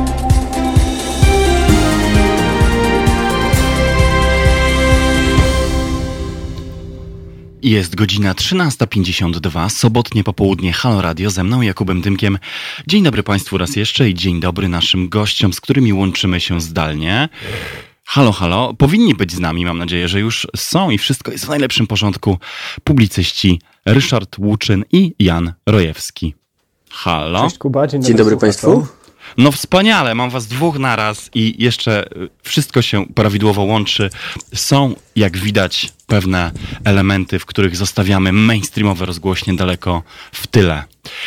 Jest godzina 13:52, sobotnie popołudnie, Halo Radio, ze mną Jakubem Dymkiem. Dzień dobry Państwu raz jeszcze i dzień dobry naszym gościom, z którymi łączymy się zdalnie. Halo, halo, powinni być z nami, mam nadzieję, że już są i wszystko jest w najlepszym porządku. Publicyści Ryszard Łuczyn i Jan Rojewski. Halo. Cześć Kuba, dzień dobry Państwu. No wspaniale, mam was dwóch naraz i jeszcze wszystko się prawidłowo łączy. Są, jak widać, pewne elementy, w których zostawiamy mainstreamowe rozgłośnie daleko w tyle.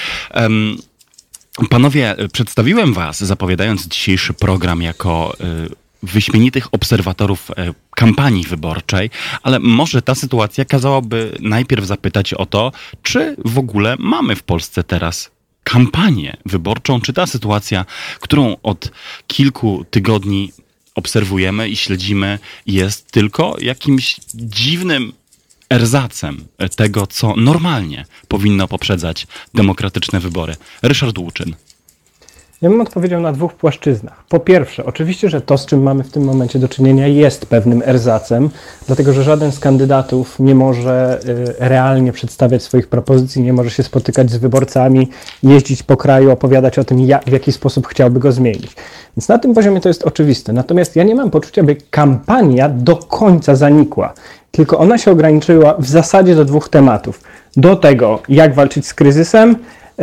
Panowie, przedstawiłem was, zapowiadając dzisiejszy program jako wyśmienitych obserwatorów kampanii wyborczej, ale może ta sytuacja kazałaby najpierw zapytać o to, czy w ogóle mamy w Polsce teraz kampanię wyborczą, czy ta sytuacja, którą od kilku tygodni obserwujemy i śledzimy, jest tylko jakimś dziwnym erzacem tego, co normalnie powinno poprzedzać demokratyczne wybory. Ryszard Łuczyn. Ja bym odpowiedział na dwóch płaszczyznach. Po pierwsze, oczywiście, że to, z czym mamy w tym momencie do czynienia, jest pewnym erzacem, dlatego że żaden z kandydatów nie może realnie przedstawiać swoich propozycji, nie może się spotykać z wyborcami, jeździć po kraju, opowiadać o tym, w jaki sposób chciałby go zmienić. Więc na tym poziomie to jest oczywiste. Natomiast ja nie mam poczucia, by kampania do końca zanikła. Tylko ona się ograniczyła w zasadzie do dwóch tematów. Do tego, jak walczyć z kryzysem,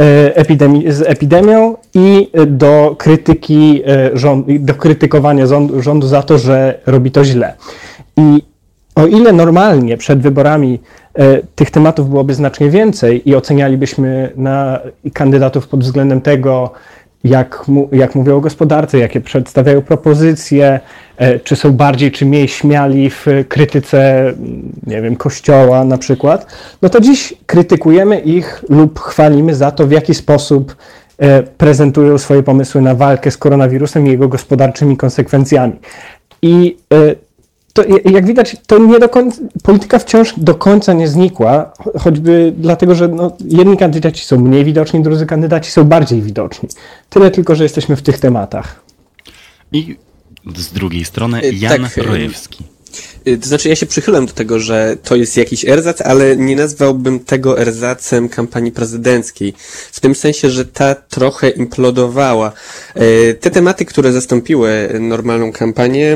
z epidemią i do krytyki do krytykowania rządu za to, że robi to źle. I o ile normalnie przed wyborami tych tematów byłoby znacznie więcej i ocenialibyśmy kandydatów pod względem tego, jak mówią o gospodarce, jakie przedstawiają propozycje, czy są bardziej czy mniej śmiali w krytyce, nie wiem, Kościoła na przykład, no to dziś krytykujemy ich lub chwalimy za to, w jaki sposób prezentują swoje pomysły na walkę z koronawirusem i jego gospodarczymi konsekwencjami. I to, jak widać, to nie do końca, polityka wciąż do końca nie znikła, choćby dlatego, że jedni kandydaci są mniej widoczni, drudzy kandydaci są bardziej widoczni. Tyle tylko, że jesteśmy w tych tematach. I z drugiej strony Jan Rojewski. To znaczy ja się przychylam do tego, że to jest jakiś erzac, ale nie nazwałbym tego erzacem kampanii prezydenckiej. W tym sensie, że ta trochę implodowała. Te tematy, które zastąpiły normalną kampanię,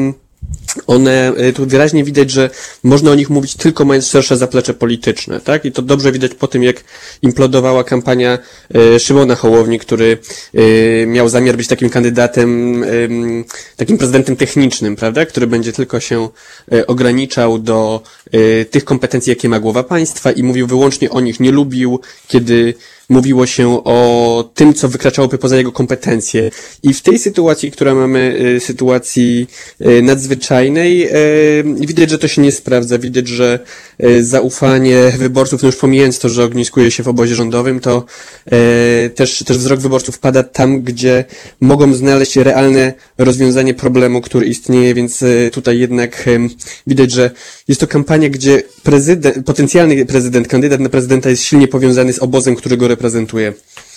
one, tu wyraźnie widać, że można o nich mówić tylko mając szersze zaplecze polityczne, tak? I to dobrze widać po tym, jak implodowała kampania Szymona Hołowni, który miał zamiar być takim kandydatem, takim prezydentem technicznym, prawda? Który będzie tylko się ograniczał do tych kompetencji, jakie ma głowa państwa i mówił wyłącznie o nich, nie lubił, kiedy mówiło się o tym, co wykraczałoby poza jego kompetencje. I w tej sytuacji, która mamy, sytuacji nadzwyczajnej, widać, że to się nie sprawdza. Widać, że zaufanie wyborców, no już pomijając to, że ogniskuje się w obozie rządowym, to też wzrok wyborców pada tam, gdzie mogą znaleźć realne rozwiązanie problemu, który istnieje, więc tutaj jednak widać, że jest to kampania, gdzie potencjalny prezydent, kandydat na prezydenta jest silnie powiązany z obozem, który go reprezentuje.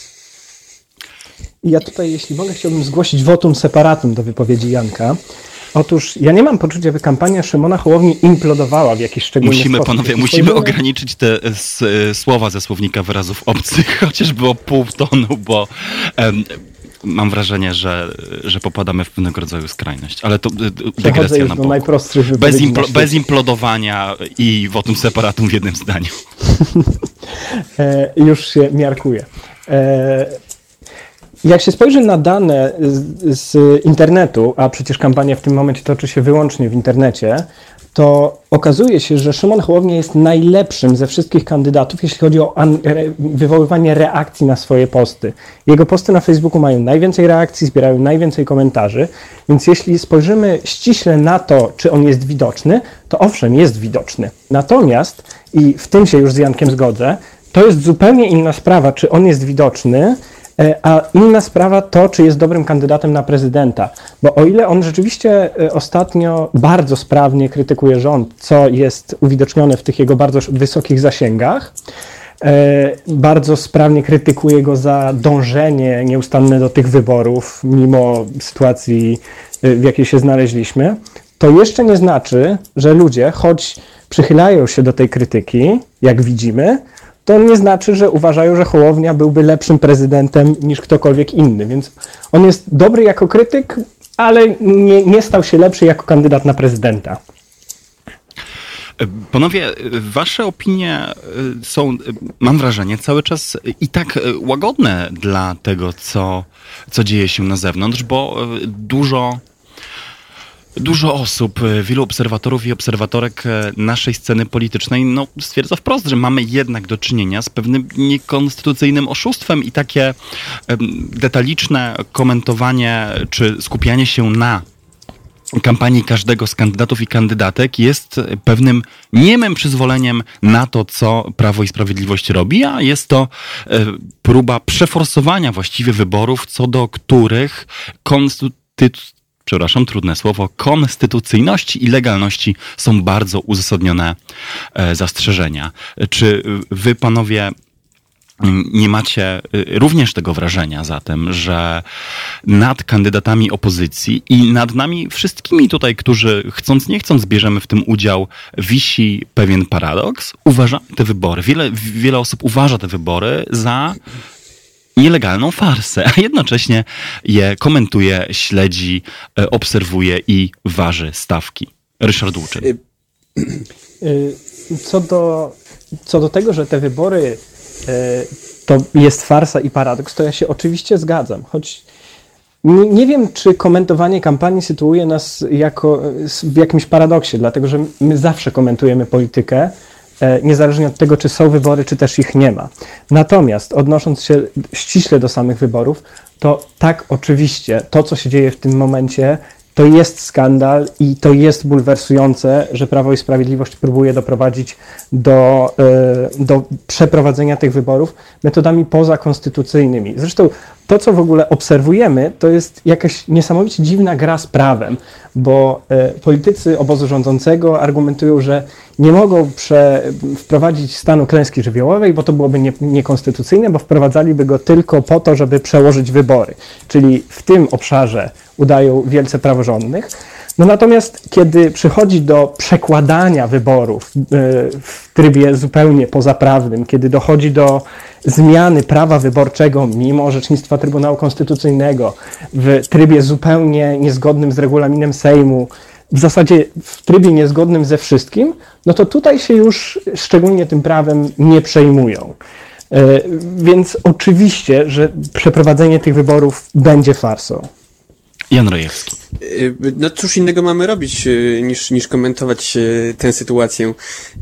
Ja tutaj, jeśli mogę, chciałbym zgłosić votum separatum do wypowiedzi Janka. Otóż ja nie mam poczucia, by kampania Szymona Hołowni implodowała w jakiś szczególny sposób. Panowie, musimy ograniczyć te słowa ze słownika wyrazów obcych, chociażby o pół tonu, bo mam wrażenie, że popadamy w pewnego rodzaju skrajność. Ale to dygresja na boku. Bez implodowania i votum separatum w jednym zdaniu. Już się miarkuje. Jak się spojrzy na dane z internetu, a przecież kampania w tym momencie toczy się wyłącznie w internecie, to okazuje się, że Szymon Hołownia jest najlepszym ze wszystkich kandydatów, jeśli chodzi o wywoływanie reakcji na swoje posty. Jego posty na Facebooku mają najwięcej reakcji, zbierają najwięcej komentarzy, więc jeśli spojrzymy ściśle na to, czy on jest widoczny, to owszem, jest widoczny. Natomiast, i w tym się już z Jankiem zgodzę, to jest zupełnie inna sprawa, czy on jest widoczny, a inna sprawa to, czy jest dobrym kandydatem na prezydenta. Bo o ile on rzeczywiście ostatnio bardzo sprawnie krytykuje rząd, co jest uwidocznione w tych jego bardzo wysokich zasięgach, Bardzo sprawnie krytykuje go za dążenie nieustanne do tych wyborów, mimo sytuacji, w jakiej się znaleźliśmy. To jeszcze nie znaczy, że ludzie, choć przychylają się do tej krytyki, jak widzimy, to nie znaczy, że uważają, że Hołownia byłby lepszym prezydentem niż ktokolwiek inny. Więc on jest dobry jako krytyk, ale nie stał się lepszy jako kandydat na prezydenta. Panowie, wasze opinie są, mam wrażenie, cały czas i tak łagodne dla tego, co dzieje się na zewnątrz, bo dużo osób, wielu obserwatorów i obserwatorek naszej sceny politycznej stwierdza wprost, że mamy jednak do czynienia z pewnym niekonstytucyjnym oszustwem i takie detaliczne komentowanie czy skupianie się na kampanii każdego z kandydatów i kandydatek jest pewnym niemym przyzwoleniem na to, co Prawo i Sprawiedliwość robi, a jest to próba przeforsowania właściwie wyborów, co do których konstytucyjności i legalności są bardzo uzasadnione zastrzeżenia. Czy wy, panowie, nie macie również tego wrażenia zatem, że nad kandydatami opozycji i nad nami wszystkimi tutaj, którzy chcąc nie chcąc bierzemy w tym udział, wisi pewien paradoks? Uważamy te wybory, wiele osób uważa te wybory za nielegalną farsę, a jednocześnie je komentuje, śledzi, obserwuje i waży stawki. Ryszard Łuczyn. Co do tego, że te wybory to jest farsa i paradoks, to ja się oczywiście zgadzam, choć nie wiem, czy komentowanie kampanii sytuuje nas w jakimś paradoksie, dlatego że my zawsze komentujemy politykę, niezależnie od tego, czy są wybory, czy też ich nie ma. Natomiast odnosząc się ściśle do samych wyborów, to tak, oczywiście, to, co się dzieje w tym momencie, to jest skandal i to jest bulwersujące, że Prawo i Sprawiedliwość próbuje doprowadzić do przeprowadzenia tych wyborów metodami pozakonstytucyjnymi. Zresztą to, co w ogóle obserwujemy, to jest jakaś niesamowicie dziwna gra z prawem, bo politycy obozu rządzącego argumentują, że nie mogą wprowadzić stanu klęski żywiołowej, bo to byłoby niekonstytucyjne, bo wprowadzaliby go tylko po to, żeby przełożyć wybory. Czyli w tym obszarze udają wielce praworządnych. No natomiast kiedy przychodzi do przekładania wyborów w trybie zupełnie pozaprawnym, kiedy dochodzi do zmiany prawa wyborczego mimo orzecznictwa Trybunału Konstytucyjnego w trybie zupełnie niezgodnym z regulaminem Sejmu, w zasadzie w trybie niezgodnym ze wszystkim, no to tutaj się już szczególnie tym prawem nie przejmują. Więc oczywiście, że przeprowadzenie tych wyborów będzie farsą. Jan Rojewski. No cóż innego mamy robić niż komentować tę sytuację.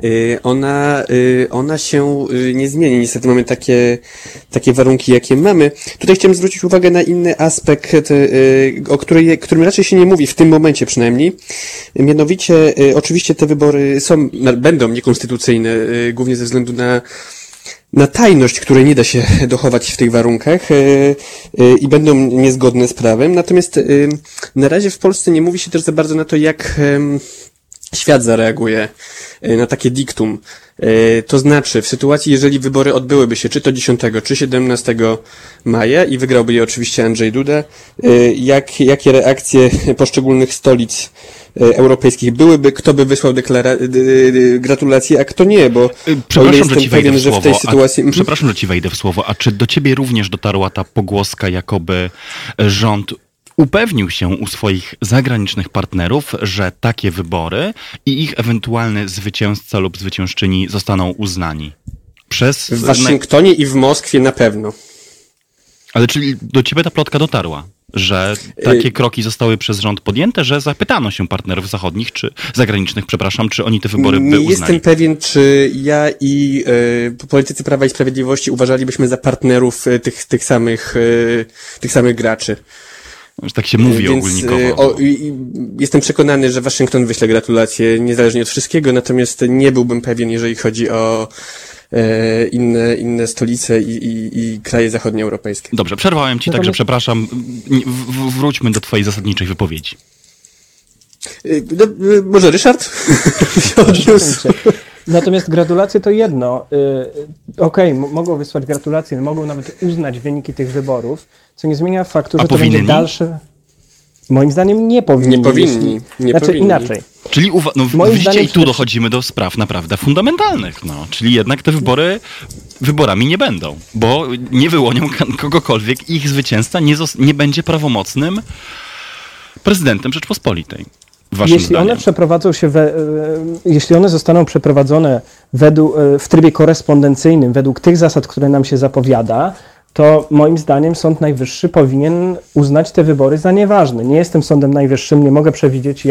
Ona się nie zmieni. Niestety mamy takie warunki, jakie mamy. Tutaj chciałem zwrócić uwagę na inny aspekt, o którym raczej się nie mówi, w tym momencie przynajmniej. Mianowicie, oczywiście te wybory będą niekonstytucyjne, głównie ze względu na tajność, której nie da się dochować w tych warunkach i będą niezgodne z prawem. Natomiast na razie w Polsce nie mówi się też za bardzo na to, jak świat zareaguje na takie diktum. To znaczy, w sytuacji, jeżeli wybory odbyłyby się czy to 10, czy 17 maja i wygrałby je oczywiście Andrzej Duda, jakie reakcje poszczególnych stolic europejskich byłyby, kto by wysłał gratulacje, a kto nie, bo przepraszam, że ci wejdę w słowo, w tej sytuacji... Przepraszam, że ci wejdę w słowo, a czy do ciebie również dotarła ta pogłoska, jakoby rząd upewnił się u swoich zagranicznych partnerów, że takie wybory i ich ewentualny zwycięzca lub zwyciężczyni zostaną uznani? W Waszyngtonie i w Moskwie na pewno. Ale czyli do ciebie ta plotka dotarła, że takie kroki zostały przez rząd podjęte, że zapytano się partnerów zachodnich, czy zagranicznych, czy oni te wybory by uznali? Nie jestem pewien, czy ja i politycy Prawa i Sprawiedliwości uważalibyśmy za partnerów tych samych graczy. Tak się mówi ogólnikowo. Jestem przekonany, że Waszyngton wyśle gratulacje niezależnie od wszystkiego, natomiast nie byłbym pewien, jeżeli chodzi o inne stolice i kraje zachodnioeuropejskie. Dobrze, przerwałem ci, także przepraszam. Wróćmy do twojej zasadniczej wypowiedzi. Może Ryszard się odniósł? Natomiast gratulacje to jedno. Okej, mogą wysłać gratulacje, mogą nawet uznać wyniki tych wyborów, co nie zmienia faktu, że to będzie dalsze... Moim zdaniem nie powinni. Nie powinni. Inaczej. Czyli widzicie, i tu dochodzimy do spraw naprawdę fundamentalnych. Czyli jednak te wyborami nie będą, bo nie wyłonią kogokolwiek i ich zwycięzca nie będzie prawomocnym prezydentem Rzeczpospolitej. Jeśli one zostaną przeprowadzone w trybie korespondencyjnym, według tych zasad, które nam się zapowiada, to moim zdaniem Sąd Najwyższy powinien uznać te wybory za nieważne. Nie jestem Sądem Najwyższym, nie mogę przewidzieć,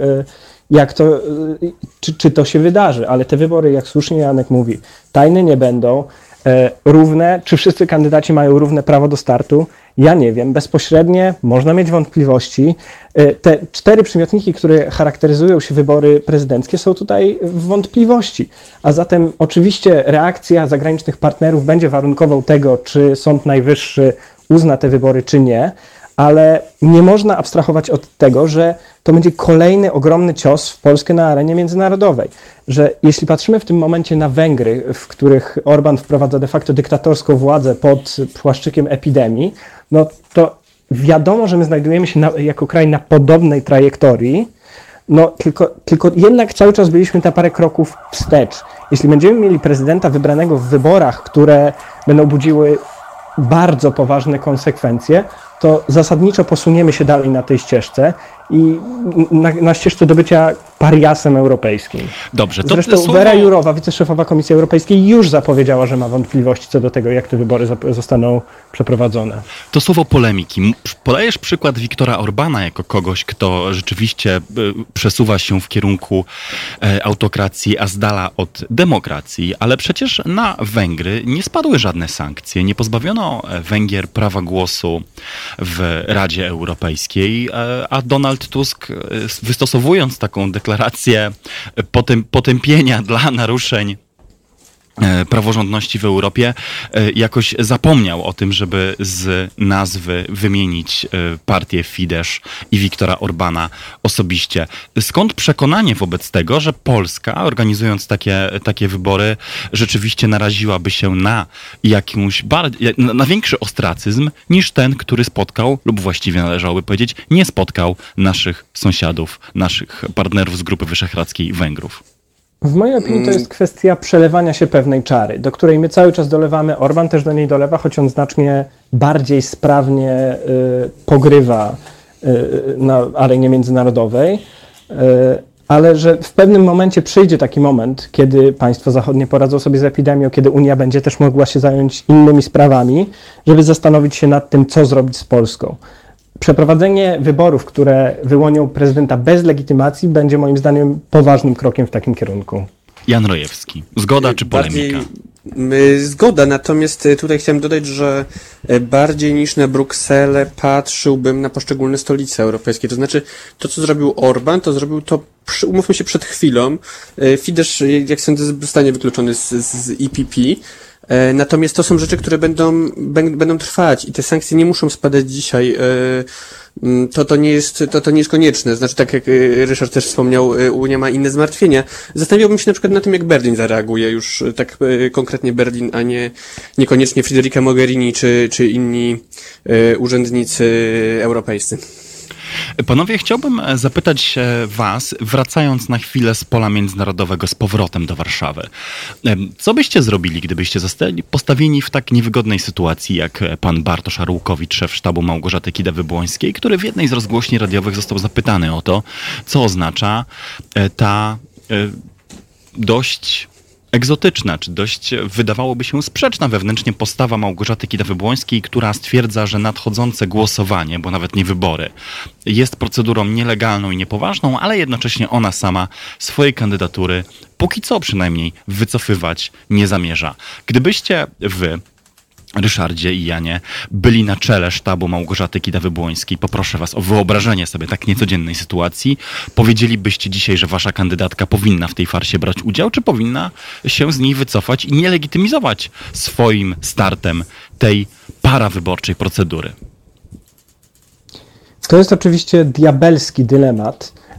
czy to się wydarzy, ale te wybory, jak słusznie Janek mówi, tajne nie będą, równe, czy wszyscy kandydaci mają równe prawo do startu? Ja nie wiem, bezpośrednie można mieć wątpliwości. Te 4 przymiotniki, które charakteryzują się wybory prezydenckie, są tutaj w wątpliwości. A zatem oczywiście reakcja zagranicznych partnerów będzie warunkował tego, czy Sąd Najwyższy uzna te wybory, czy nie, ale nie można abstrahować od tego, że to będzie kolejny ogromny cios w Polskę na arenie międzynarodowej. Że jeśli patrzymy w tym momencie na Węgry, w których Orbán wprowadza de facto dyktatorską władzę pod płaszczykiem epidemii, no to wiadomo, że my znajdujemy się jako kraj na podobnej trajektorii, no tylko jednak cały czas byliśmy na parę kroków wstecz. Jeśli będziemy mieli prezydenta wybranego w wyborach, które będą budziły bardzo poważne konsekwencje, to zasadniczo posuniemy się dalej na tej ścieżce i na ścieżce do bycia pariasem europejskim. Dobrze, to zresztą Vera Jourová, wiceszefowa Komisji Europejskiej, już zapowiedziała, że ma wątpliwości co do tego, jak te wybory zostaną przeprowadzone. To słowo polemiki. Podajesz przykład Viktora Orbána jako kogoś, kto rzeczywiście przesuwa się w kierunku autokracji, a z dala od demokracji, ale przecież na Węgry nie spadły żadne sankcje. Nie pozbawiono Węgier prawa głosu w Radzie Europejskiej, a Donald Tusk, wystosowując taką deklarację potępienia dla naruszeń praworządności w Europie, jakoś zapomniał o tym, żeby z nazwy wymienić partię Fidesz i Viktora Orbána osobiście. Skąd przekonanie wobec tego, że Polska, organizując takie wybory, rzeczywiście naraziłaby się na na większy ostracyzm niż ten, który spotkał, lub właściwie należałoby powiedzieć, nie spotkał naszych sąsiadów, naszych partnerów z Grupy Wyszehradzkiej, Węgrów? W mojej opinii to jest kwestia przelewania się pewnej czary, do której my cały czas dolewamy. Orbán też do niej dolewa, choć on znacznie bardziej sprawnie pogrywa na arenie międzynarodowej, ale że w pewnym momencie przyjdzie taki moment, kiedy państwa zachodnie poradzą sobie z epidemią, kiedy Unia będzie też mogła się zająć innymi sprawami, żeby zastanowić się nad tym, co zrobić z Polską. Przeprowadzenie wyborów, które wyłonią prezydenta bez legitymacji, będzie moim zdaniem poważnym krokiem w takim kierunku. Jan Rojewski. Zgoda czy polemika? Zgoda, natomiast tutaj chciałem dodać, że bardziej niż na Brukselę patrzyłbym na poszczególne stolice europejskie. To znaczy, to co zrobił Orbán, to zrobił to, umówmy się, przed chwilą. Fidesz, jak sądzę, zostanie wykluczony z EPP. Natomiast to są rzeczy, które będą trwać i te sankcje nie muszą spadać dzisiaj. To nie jest konieczne. Znaczy, tak jak Ryszard też wspomniał, Unia ma inne zmartwienia. Zastanawiałbym się na przykład na tym, jak Berlin zareaguje, już tak konkretnie Berlin, a niekoniecznie Federica Mogherini czy inni urzędnicy europejscy. Panowie, chciałbym zapytać was, wracając na chwilę z pola międzynarodowego z powrotem do Warszawy. Co byście zrobili, gdybyście zostali postawieni w tak niewygodnej sytuacji, jak pan Bartosz Arłukowicz, szef sztabu Małgorzaty Kidawy-Błońskiej, który w jednej z rozgłośni radiowych został zapytany o to, co oznacza ta dość egzotyczna, czy dość wydawałoby się sprzeczna wewnętrznie postawa Małgorzaty Kidawy-Błońskiej, która stwierdza, że nadchodzące głosowanie, bo nawet nie wybory, jest procedurą nielegalną i niepoważną, ale jednocześnie ona sama swojej kandydatury, póki co przynajmniej, wycofywać nie zamierza. Gdybyście wy, Ryszardzie i Janie, byli na czele sztabu Małgorzaty Kidawy-Błońskiej, poproszę was o wyobrażenie sobie tak niecodziennej sytuacji, powiedzielibyście dzisiaj, że wasza kandydatka powinna w tej farsie brać udział, czy powinna się z niej wycofać i nie legitymizować swoim startem tej parawyborczej procedury? To jest oczywiście diabelski dylemat,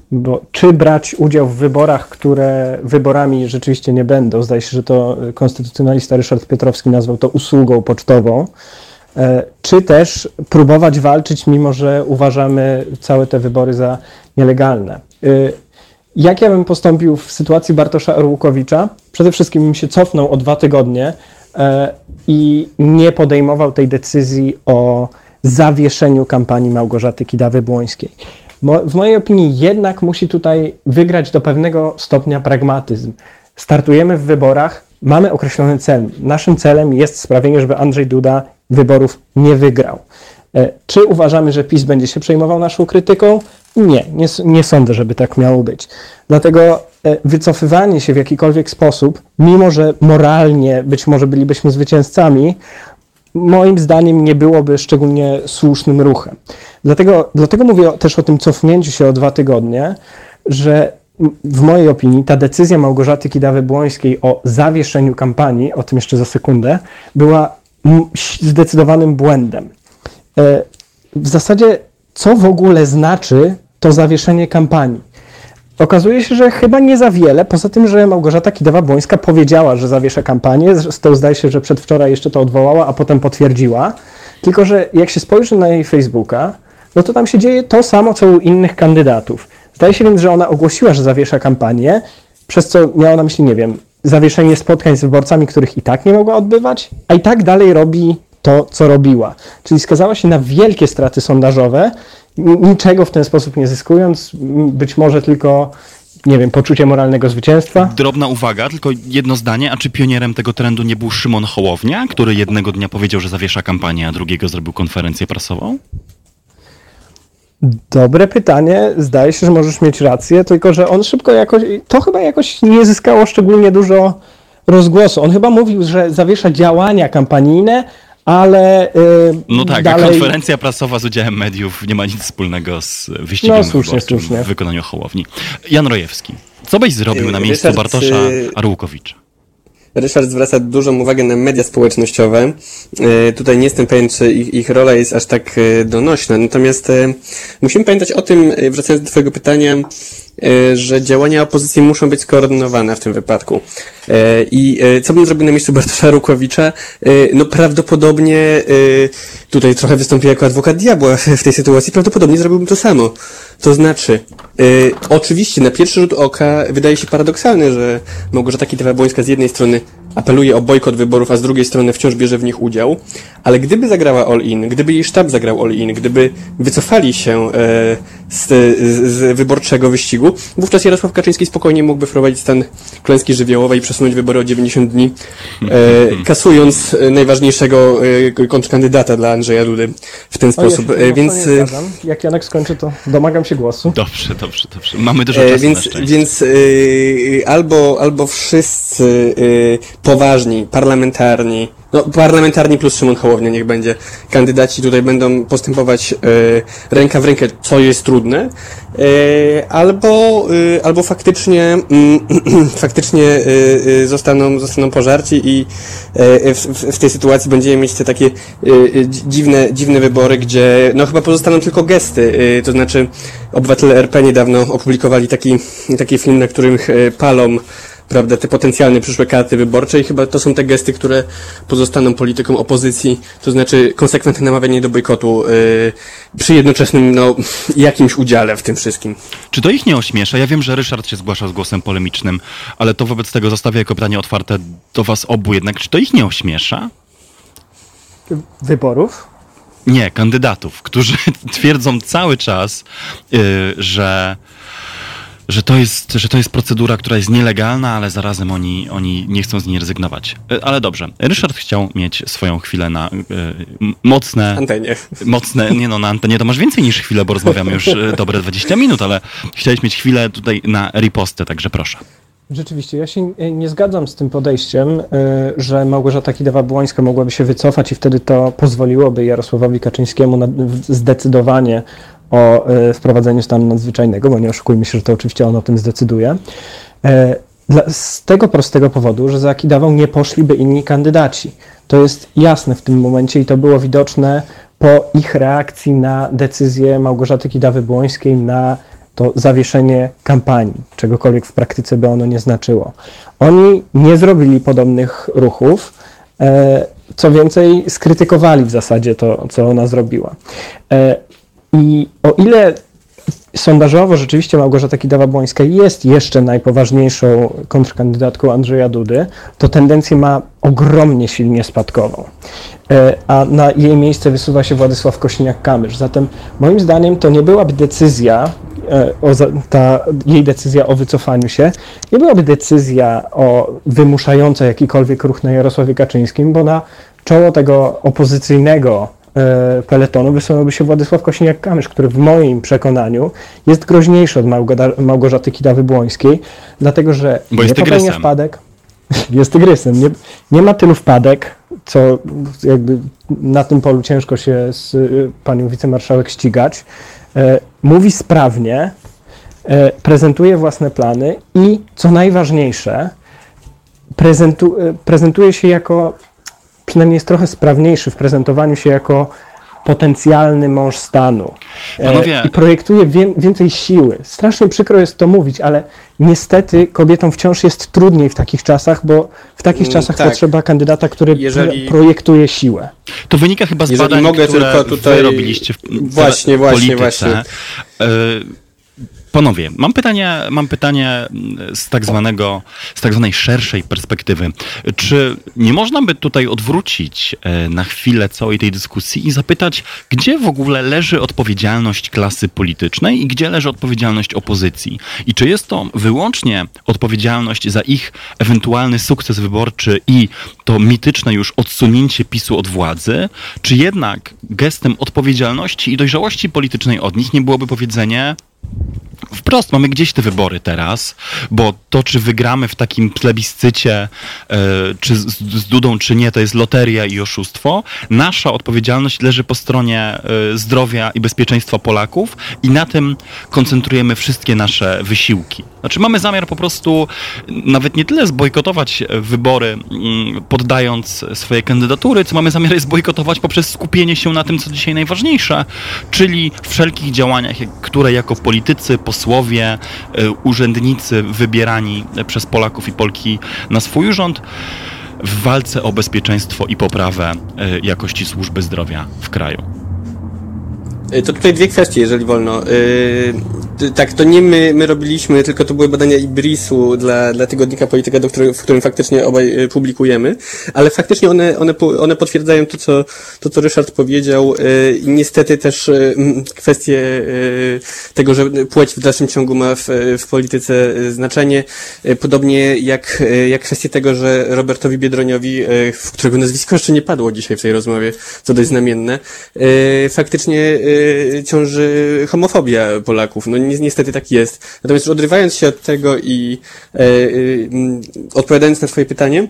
Bo czy brać udział w wyborach, które wyborami rzeczywiście nie będą, zdaje się, że to konstytucjonalista Ryszard Piotrowski nazwał to usługą pocztową, czy też próbować walczyć, mimo że uważamy całe te wybory za nielegalne. Jak ja bym postąpił w sytuacji Bartosza Arłukowicza? Przede wszystkim bym się cofnął o 2 tygodnie i nie podejmował tej decyzji o zawieszeniu kampanii Małgorzaty Kidawy-Błońskiej. W mojej opinii jednak musi tutaj wygrać do pewnego stopnia pragmatyzm. Startujemy w wyborach, mamy określony cel. Naszym celem jest sprawienie, żeby Andrzej Duda wyborów nie wygrał. Czy uważamy, że PiS będzie się przejmował naszą krytyką? Nie sądzę, żeby tak miało być. Dlatego wycofywanie się w jakikolwiek sposób, mimo że moralnie być może bylibyśmy zwycięzcami, moim zdaniem nie byłoby szczególnie słusznym ruchem. Dlatego mówię też o tym cofnięciu się o 2 tygodnie, że w mojej opinii ta decyzja Małgorzaty Kidawy-Błońskiej o zawieszeniu kampanii, o tym jeszcze za sekundę, była zdecydowanym błędem. W zasadzie, co w ogóle znaczy to zawieszenie kampanii? Okazuje się, że chyba nie za wiele, poza tym, że Małgorzata Kidawa-Błońska powiedziała, że zawiesza kampanię, zresztą zdaje się, że przedwczoraj jeszcze to odwołała, a potem potwierdziła, tylko że jak się spojrzy na jej Facebooka, no to tam się dzieje to samo, co u innych kandydatów. Zdaje się więc, że ona ogłosiła, że zawiesza kampanię, przez co miała na myśli, nie wiem, zawieszenie spotkań z wyborcami, których i tak nie mogła odbywać, a i tak dalej robi to, co robiła. Czyli skazała się na wielkie straty sondażowe, niczego w ten sposób nie zyskując, być może tylko, nie wiem, poczucie moralnego zwycięstwa. Drobna uwaga, tylko jedno zdanie, a czy pionierem tego trendu nie był Szymon Hołownia, który jednego dnia powiedział, że zawiesza kampanię, a drugiego zrobił konferencję prasową? Dobre pytanie, zdaje się, że możesz mieć rację, tylko że on szybko to chyba jakoś nie zyskało szczególnie dużo rozgłosu. On chyba mówił, że zawiesza działania kampanijne, ale no tak, dalej... a konferencja prasowa z udziałem mediów nie ma nic wspólnego z wyścigiem wyborczym w wykonaniu Hołowni. Jan Rojewski, co byś zrobił na miejscu Bartosza Arłukowicza? Ryszard zwraca dużą uwagę na media społecznościowe. Tutaj nie jestem pewien, czy ich rola jest aż tak donośna. Natomiast musimy pamiętać o tym, wracając do twojego pytania, że działania opozycji muszą być skoordynowane w tym wypadku. I co bym zrobił na miejscu Bartosza Arłukowicza? No prawdopodobnie, tutaj trochę wystąpię jako adwokat diabła w tej sytuacji, prawdopodobnie zrobiłbym to samo. To znaczy, oczywiście na pierwszy rzut oka wydaje się paradoksalne, że Małgorzata Kidawa-Błońska z jednej strony apeluje o bojkot wyborów, a z drugiej strony wciąż bierze w nich udział, ale gdyby zagrała all-in, gdyby jej sztab zagrał all-in, gdyby wycofali się z wyborczego wyścigu, wówczas Jarosław Kaczyński spokojnie mógłby wprowadzić stan klęski żywiołowej i przesunąć wybory o 90 dni, kasując najważniejszego kontrkandydata dla Andrzeja Dudy w ten sposób. Więc jak Janek skończy, to domagam się głosu. Dobrze. Mamy dużo czasu na szczęście. Więc albo wszyscy poważni, parlamentarni plus Szymon Hołownia niech będzie, kandydaci tutaj będą postępować ręka w rękę, co jest trudne, albo faktycznie zostaną pożarci i w tej sytuacji będziemy mieć te takie dziwne wybory, gdzie no chyba pozostaną tylko gesty, to znaczy obywatele RP niedawno opublikowali taki film, na którym palą, prawda, te potencjalne przyszłe karty wyborcze i chyba to są te gesty, które pozostaną politykom opozycji, to znaczy konsekwentne namawianie do bojkotu przy jednoczesnym jakimś udziale w tym wszystkim. Czy to ich nie ośmiesza? Ja wiem, że Ryszard się zgłasza z głosem polemicznym, ale to wobec tego zostawię jako pytanie otwarte do was obu jednak. Czy to ich nie ośmiesza? Wyborów? Nie, kandydatów, którzy twierdzą cały czas, że to jest procedura, która jest nielegalna, ale zarazem oni nie chcą z niej rezygnować. Ale dobrze. Ryszard chciał mieć swoją chwilę na mocne... Antenie. Na antenie to masz więcej niż chwilę, bo rozmawiamy już dobre 20 minut, ale chciałeś mieć chwilę tutaj na ripostę, także proszę. Rzeczywiście, ja się nie zgadzam z tym podejściem, że Małgorzata Kidawa-Błońska mogłaby się wycofać i wtedy to pozwoliłoby Jarosławowi Kaczyńskiemu na zdecydowanie o wprowadzeniu stanu nadzwyczajnego, bo nie oszukujmy się, że to oczywiście on o tym zdecyduje. Z tego prostego powodu, że za Kidawą nie poszliby inni kandydaci. To jest jasne w tym momencie i to było widoczne po ich reakcji na decyzję Małgorzaty Kidawy-Błońskiej na to zawieszenie kampanii, czegokolwiek w praktyce by ono nie znaczyło. Oni nie zrobili podobnych ruchów, co więcej skrytykowali w zasadzie to, co ona zrobiła. I o ile sondażowo rzeczywiście Małgorzata Kidawa-Błońska jest jeszcze najpoważniejszą kontrkandydatką Andrzeja Dudy, to tendencję ma ogromnie silnie spadkową. A na jej miejsce wysuwa się Władysław Kosiniak-Kamysz. Zatem moim zdaniem to nie byłaby decyzja, jej decyzja o wycofaniu się, nie byłaby decyzja wymuszająca jakikolwiek ruch na Jarosławie Kaczyńskim, bo na czoło tego opozycyjnego peletonu wysunąłby się Władysław Kosiniak-Kamysz, który w moim przekonaniu jest groźniejszy od Małgorzaty Kidawy-Błońskiej, dlatego że bo jest popełnia wpadek, jest tygrysem, nie ma tylu wpadek, co jakby na tym polu ciężko się z panią wicemarszałek ścigać, mówi sprawnie, prezentuje własne plany i co najważniejsze, prezentuje się jako, przynajmniej jest trochę sprawniejszy w prezentowaniu się jako potencjalny mąż stanu. Panowie... I projektuje więcej siły. Strasznie przykro jest to mówić, ale niestety kobietom wciąż jest trudniej w takich czasach, bo w takich czasach potrzeba kandydata, który projektuje siłę. To wynika chyba z badań, które wy robiliście w polityce. Właśnie. Panowie, mam pytanie z tak zwanej szerszej perspektywy. Czy nie można by tutaj odwrócić na chwilę całej tej dyskusji i zapytać, gdzie w ogóle leży odpowiedzialność klasy politycznej i gdzie leży odpowiedzialność opozycji? I czy jest to wyłącznie odpowiedzialność za ich ewentualny sukces wyborczy i to mityczne już odsunięcie PiS-u od władzy, czy jednak gestem odpowiedzialności i dojrzałości politycznej od nich nie byłoby powiedzenie: wprost, mamy gdzieś te wybory teraz, bo to, czy wygramy w takim plebiscycie, czy z Dudą, czy nie, to jest loteria i oszustwo. Nasza odpowiedzialność leży po stronie zdrowia i bezpieczeństwa Polaków i na tym koncentrujemy wszystkie nasze wysiłki. Znaczy mamy zamiar po prostu nawet nie tyle zbojkotować wybory, poddając swoje kandydatury, co mamy zamiar je zbojkotować poprzez skupienie się na tym, co dzisiaj najważniejsze, czyli wszelkich działaniach, które jako politycy, posłowie, urzędnicy wybierani przez Polaków i Polki na swój urząd w walce o bezpieczeństwo i poprawę jakości służby zdrowia w kraju. To tutaj dwie kwestie, jeżeli wolno. Tak, to nie my robiliśmy, tylko to były badania IBRIS-u dla tygodnika Polityka, w którym faktycznie obaj publikujemy, ale faktycznie one potwierdzają to, co Ryszard powiedział i niestety też kwestię tego, że płeć w dalszym ciągu ma w polityce znaczenie, podobnie jak kwestię tego, że Robertowi Biedroniowi, którego nazwisko jeszcze nie padło dzisiaj w tej rozmowie, co dość znamienne, faktycznie ciąży homofobia Polaków. No niestety tak jest. Natomiast odrywając się od tego i odpowiadając na twoje pytanie,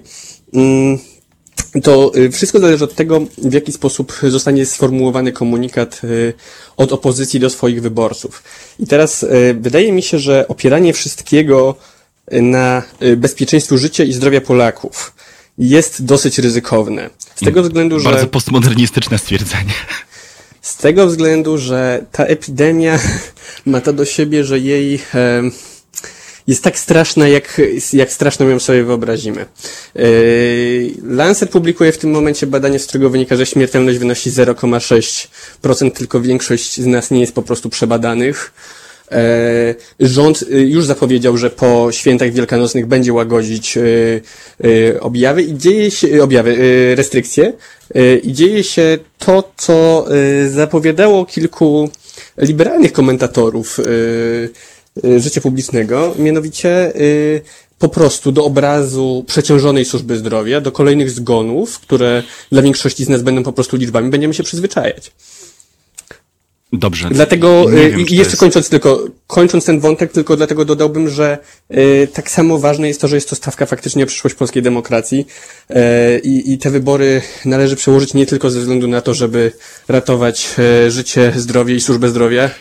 to wszystko zależy od tego, w jaki sposób zostanie sformułowany komunikat od opozycji do swoich wyborców. I teraz wydaje mi się, że opieranie wszystkiego na bezpieczeństwu życia i zdrowia Polaków jest dosyć ryzykowne. Z tego względu, że... Bardzo postmodernistyczne stwierdzenie. Z tego względu, że ta epidemia ma to do siebie, że jej jest tak straszna, jak straszną ją sobie wyobrazimy. Lancet publikuje w tym momencie badanie, z którego wynika, że śmiertelność wynosi 0,6%, tylko większość z nas nie jest po prostu przebadanych. Rząd już zapowiedział, że po świętach wielkanocnych będzie łagodzić objawy i dzieje się restrykcje i dzieje się to, co zapowiadało kilku liberalnych komentatorów życia publicznego, mianowicie po prostu do obrazu przeciążonej służby zdrowia, do kolejnych zgonów, które dla większości z nas będą po prostu liczbami, będziemy się przyzwyczajać. Dobrze. Dlatego, i jeszcze kończąc ten wątek, tylko dlatego dodałbym, że tak samo ważne jest to, że jest to stawka faktycznie o przyszłość polskiej demokracji i te wybory należy przełożyć nie tylko ze względu na to, żeby ratować życie, zdrowie i służbę zdrowia,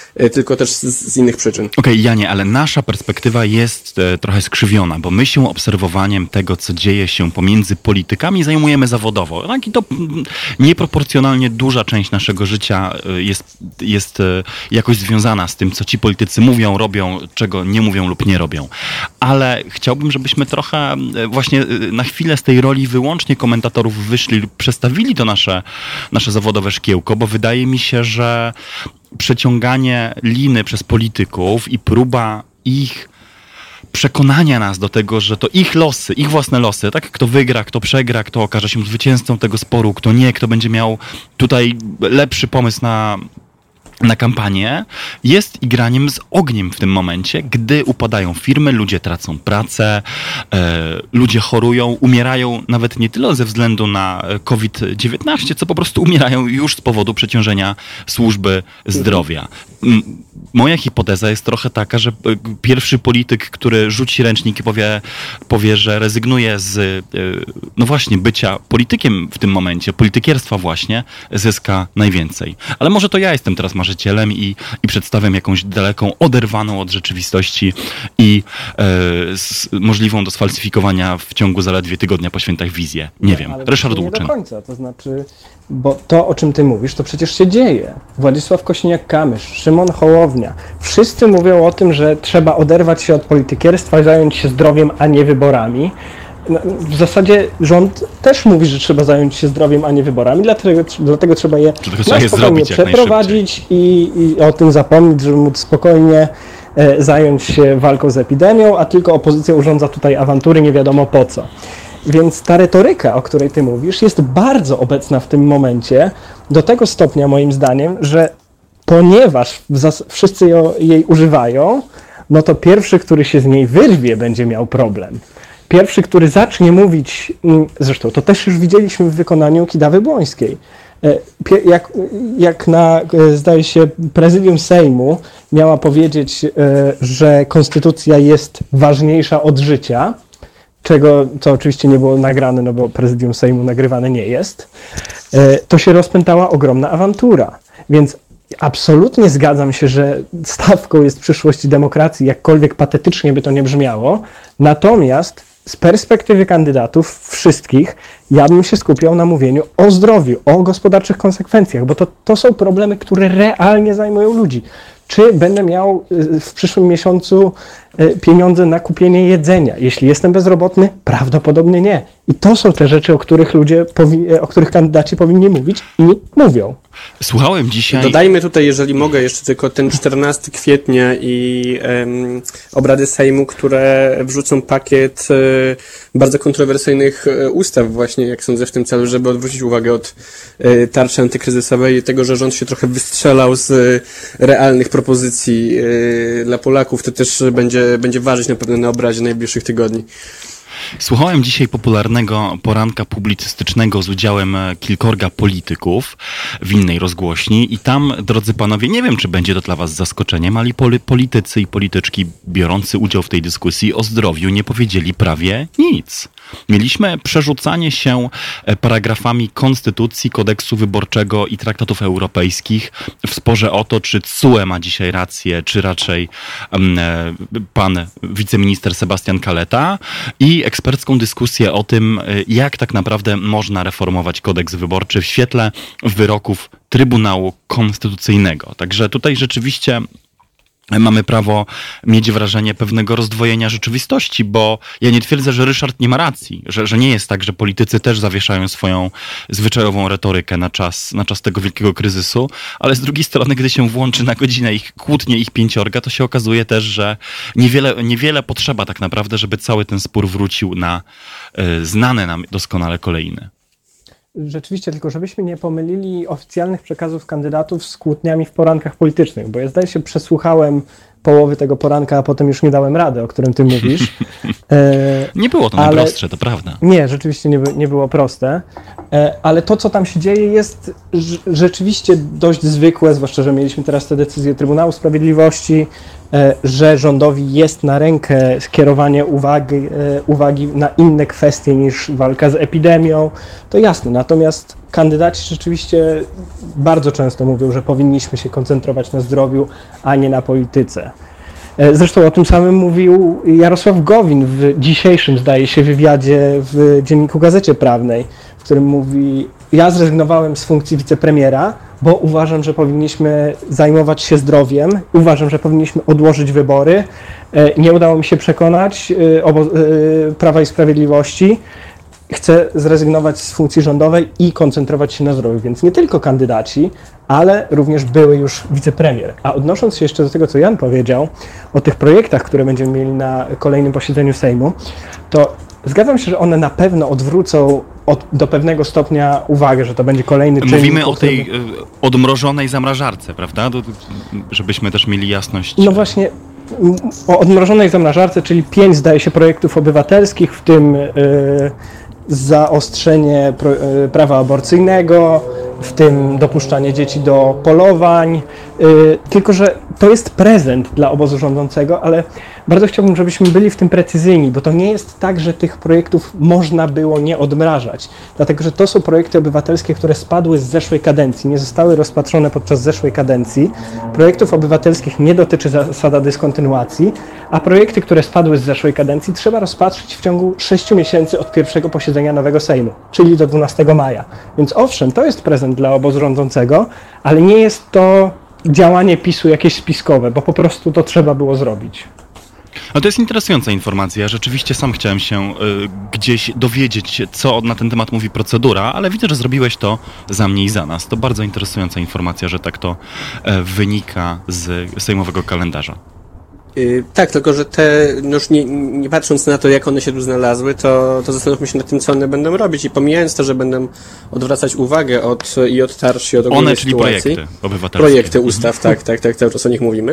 tylko też z innych przyczyn. Okej, Janie, ale nasza perspektywa jest trochę skrzywiona, bo my się obserwowaniem tego, co dzieje się pomiędzy politykami, zajmujemy zawodowo. Tak? I to nieproporcjonalnie duża część naszego życia jest jakoś związana z tym, co ci politycy mówią, robią, czego nie mówią lub nie robią. Ale chciałbym, żebyśmy trochę właśnie na chwilę z tej roli wyłącznie komentatorów wyszli lub przestawili to nasze zawodowe szkiełko, bo wydaje mi się, że przeciąganie liny przez polityków i próba ich przekonania nas do tego, że to ich losy, ich własne losy, tak? Kto wygra, kto przegra, kto okaże się zwycięzcą tego sporu, kto nie, kto będzie miał tutaj lepszy pomysł na kampanię, jest igraniem z ogniem w tym momencie, gdy upadają firmy, ludzie tracą pracę, ludzie chorują, umierają nawet nie tyle ze względu na COVID-19, co po prostu umierają już z powodu przeciążenia służby zdrowia. Moja hipoteza jest trochę taka, że pierwszy polityk, który rzuci ręcznik i powie, że rezygnuje z no właśnie bycia politykiem w tym momencie, politykierstwa właśnie, zyska najwięcej. Ale może to ja jestem teraz marzycielem i przedstawiam jakąś daleką, oderwaną od rzeczywistości i możliwą do sfalsyfikowania w ciągu zaledwie tygodnia po świętach wizję. Nie wiem. Ryszard Łuczyn. Nie do końca, to znaczy, bo to, o czym ty mówisz, to przecież się dzieje. Władysław Kosiniak-Kamysz, Szymon Hołownia, wszyscy mówią o tym, że trzeba oderwać się od politykierstwa i zająć się zdrowiem, a nie wyborami. No, w zasadzie rząd też mówi, że trzeba zająć się zdrowiem, a nie wyborami, dlatego trzeba je spokojnie przeprowadzić i o tym zapomnieć, żeby móc spokojnie zająć się walką z epidemią, a tylko opozycja urządza tutaj awantury nie wiadomo po co. Więc ta retoryka, o której ty mówisz, jest bardzo obecna w tym momencie, do tego stopnia moim zdaniem, że ponieważ wszyscy jej używają, no to pierwszy, który się z niej wyrwie, będzie miał problem. Pierwszy, który zacznie mówić, zresztą to też już widzieliśmy w wykonaniu Kidawy-Błońskiej, jak na, zdaje się, prezydium Sejmu miała powiedzieć, że konstytucja jest ważniejsza od życia, co oczywiście nie było nagrane, no bo prezydium Sejmu nagrywane nie jest, to się rozpętała ogromna awantura. Więc absolutnie zgadzam się, że stawką jest przyszłość demokracji, jakkolwiek patetycznie by to nie brzmiało, natomiast z perspektywy kandydatów wszystkich, ja bym się skupiał na mówieniu o zdrowiu, o gospodarczych konsekwencjach, bo to są problemy, które realnie zajmują ludzi. Czy będę miał w przyszłym miesiącu pieniądze na kupienie jedzenia? Jeśli jestem bezrobotny, prawdopodobnie nie. I to są te rzeczy, o których kandydaci powinni mówić i mówią. Słuchałem dzisiaj... Dodajmy tutaj, jeżeli mogę, jeszcze tylko ten 14 kwietnia i obrady Sejmu, które wrzucą pakiet bardzo kontrowersyjnych ustaw właśnie, jak sądzę, w tym celu, żeby odwrócić uwagę od tarczy antykryzysowej i tego, że rząd się trochę wystrzelał z realnych propozycji dla Polaków. To też będzie ważyć na pewno na obrazie najbliższych tygodni. Słuchałem dzisiaj popularnego poranka publicystycznego z udziałem kilkorga polityków w innej rozgłośni i tam, drodzy panowie, nie wiem, czy będzie to dla was zaskoczeniem, ale politycy i polityczki biorący udział w tej dyskusji o zdrowiu nie powiedzieli prawie nic. Mieliśmy przerzucanie się paragrafami Konstytucji, Kodeksu Wyborczego i traktatów europejskich w sporze o to, czy TSUE ma dzisiaj rację, czy raczej pan wiceminister Sebastian Kaleta i ekspercką dyskusję o tym, jak tak naprawdę można reformować kodeks wyborczy w świetle wyroków Trybunału Konstytucyjnego. Także tutaj rzeczywiście mamy prawo mieć wrażenie pewnego rozdwojenia rzeczywistości, bo ja nie twierdzę, że Ryszard nie ma racji, że nie jest tak, że politycy też zawieszają swoją zwyczajową retorykę na czas tego wielkiego kryzysu, ale z drugiej strony, gdy się włączy na godzinę ich kłótnie, ich pięciorga, to się okazuje też, że niewiele potrzeba tak naprawdę, żeby cały ten spór wrócił na znane nam doskonale kolejny. Rzeczywiście, tylko żebyśmy nie pomylili oficjalnych przekazów kandydatów z kłótniami w porankach politycznych, bo ja zdaje się przesłuchałem połowy tego poranka, a potem już nie dałem rady, o którym ty mówisz. Nie było to najprostsze, to prawda. Nie, rzeczywiście nie było proste, ale to, co tam się dzieje, jest rzeczywiście dość zwykłe, zwłaszcza, że mieliśmy teraz tę decyzję Trybunału Sprawiedliwości, że rządowi jest na rękę skierowanie uwagi na inne kwestie niż walka z epidemią, to jasne. Natomiast kandydaci rzeczywiście bardzo często mówią, że powinniśmy się koncentrować na zdrowiu, a nie na polityce. Zresztą o tym samym mówił Jarosław Gowin w dzisiejszym, zdaje się, wywiadzie w dzienniku Gazecie Prawnej, w którym mówi: ja zrezygnowałem z funkcji wicepremiera, bo uważam, że powinniśmy zajmować się zdrowiem, uważam, że powinniśmy odłożyć wybory. Nie udało mi się przekonać Prawa i Sprawiedliwości. Chcę zrezygnować z funkcji rządowej i koncentrować się na zdrowiu. Więc nie tylko kandydaci, ale również były już wicepremier. A odnosząc się jeszcze do tego, co Jan powiedział o tych projektach, które będziemy mieli na kolejnym posiedzeniu Sejmu, to zgadzam się, że one na pewno odwrócą do pewnego stopnia uwagę, że to będzie kolejny czynnik. Mówimy o tej odmrożonej zamrażarce, prawda? Żebyśmy też mieli jasność. No właśnie, o odmrożonej zamrażarce, czyli 5, zdaje się, projektów obywatelskich, w tym zaostrzenie prawa aborcyjnego, w tym dopuszczanie dzieci do polowań. Tylko że to jest prezent dla obozu rządzącego, ale bardzo chciałbym, żebyśmy byli w tym precyzyjni, bo to nie jest tak, że tych projektów można było nie odmrażać, dlatego że to są projekty obywatelskie, które spadły z zeszłej kadencji, nie zostały rozpatrzone podczas zeszłej kadencji. Projektów obywatelskich nie dotyczy zasada dyskontynuacji, a projekty, które spadły z zeszłej kadencji, trzeba rozpatrzyć w ciągu 6 miesięcy od pierwszego posiedzenia nowego Sejmu, czyli do 12 maja. Więc owszem, to jest prezent dla obozu rządzącego, ale nie jest to działanie PiS-u jakieś spiskowe, bo po prostu to trzeba było zrobić. No to jest interesująca informacja. Rzeczywiście sam chciałem się gdzieś dowiedzieć, co na ten temat mówi procedura, ale widzę, że zrobiłeś to za mnie i za nas. To bardzo interesująca informacja, że tak to wynika z sejmowego kalendarza. Tak, tylko że już nie patrząc na to, jak one się tu znalazły, to zastanówmy się nad tym, co one będą robić, i pomijając to, że będą odwracać uwagę od tarczy, od ogólnej czyli sytuacji. projekty obywatelskie. Projekty ustaw, tak, cały czas o nich mówimy.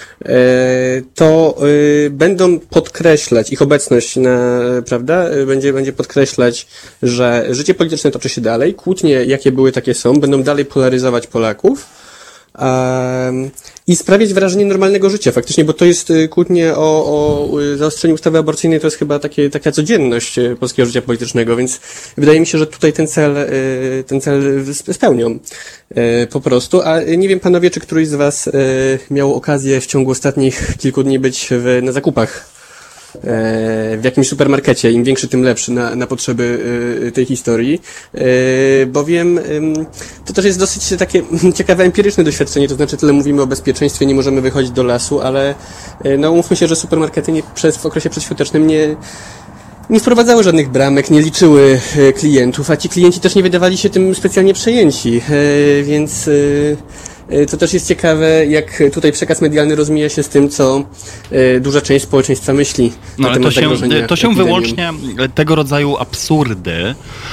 To będą podkreślać ich obecność, prawda? Będzie podkreślać, że życie polityczne toczy się dalej, kłótnie, jakie były, takie są, będą dalej polaryzować Polaków. I sprawiać wrażenie normalnego życia faktycznie, bo to jest kłótnie o zaostrzeniu ustawy aborcyjnej, to jest chyba taka codzienność polskiego życia politycznego, więc wydaje mi się, że tutaj ten cel spełnią po prostu. A nie wiem, panowie, czy któryś z was miał okazję w ciągu ostatnich kilku dni być na zakupach w jakimś supermarkecie, im większy, tym lepszy na potrzeby tej historii, bowiem to też jest dosyć takie ciekawe empiryczne doświadczenie, to znaczy tyle mówimy o bezpieczeństwie, nie możemy wychodzić do lasu, ale no umówmy się, że supermarkety w okresie przedświątecznym nie wprowadzały żadnych bramek, nie liczyły klientów, a ci klienci też nie wydawali się tym specjalnie przejęci, więc to też jest ciekawe, jak tutaj przekaz medialny rozmija się z tym, co duża część społeczeństwa myśli. No ale to się wyłącznie tego rodzaju absurdy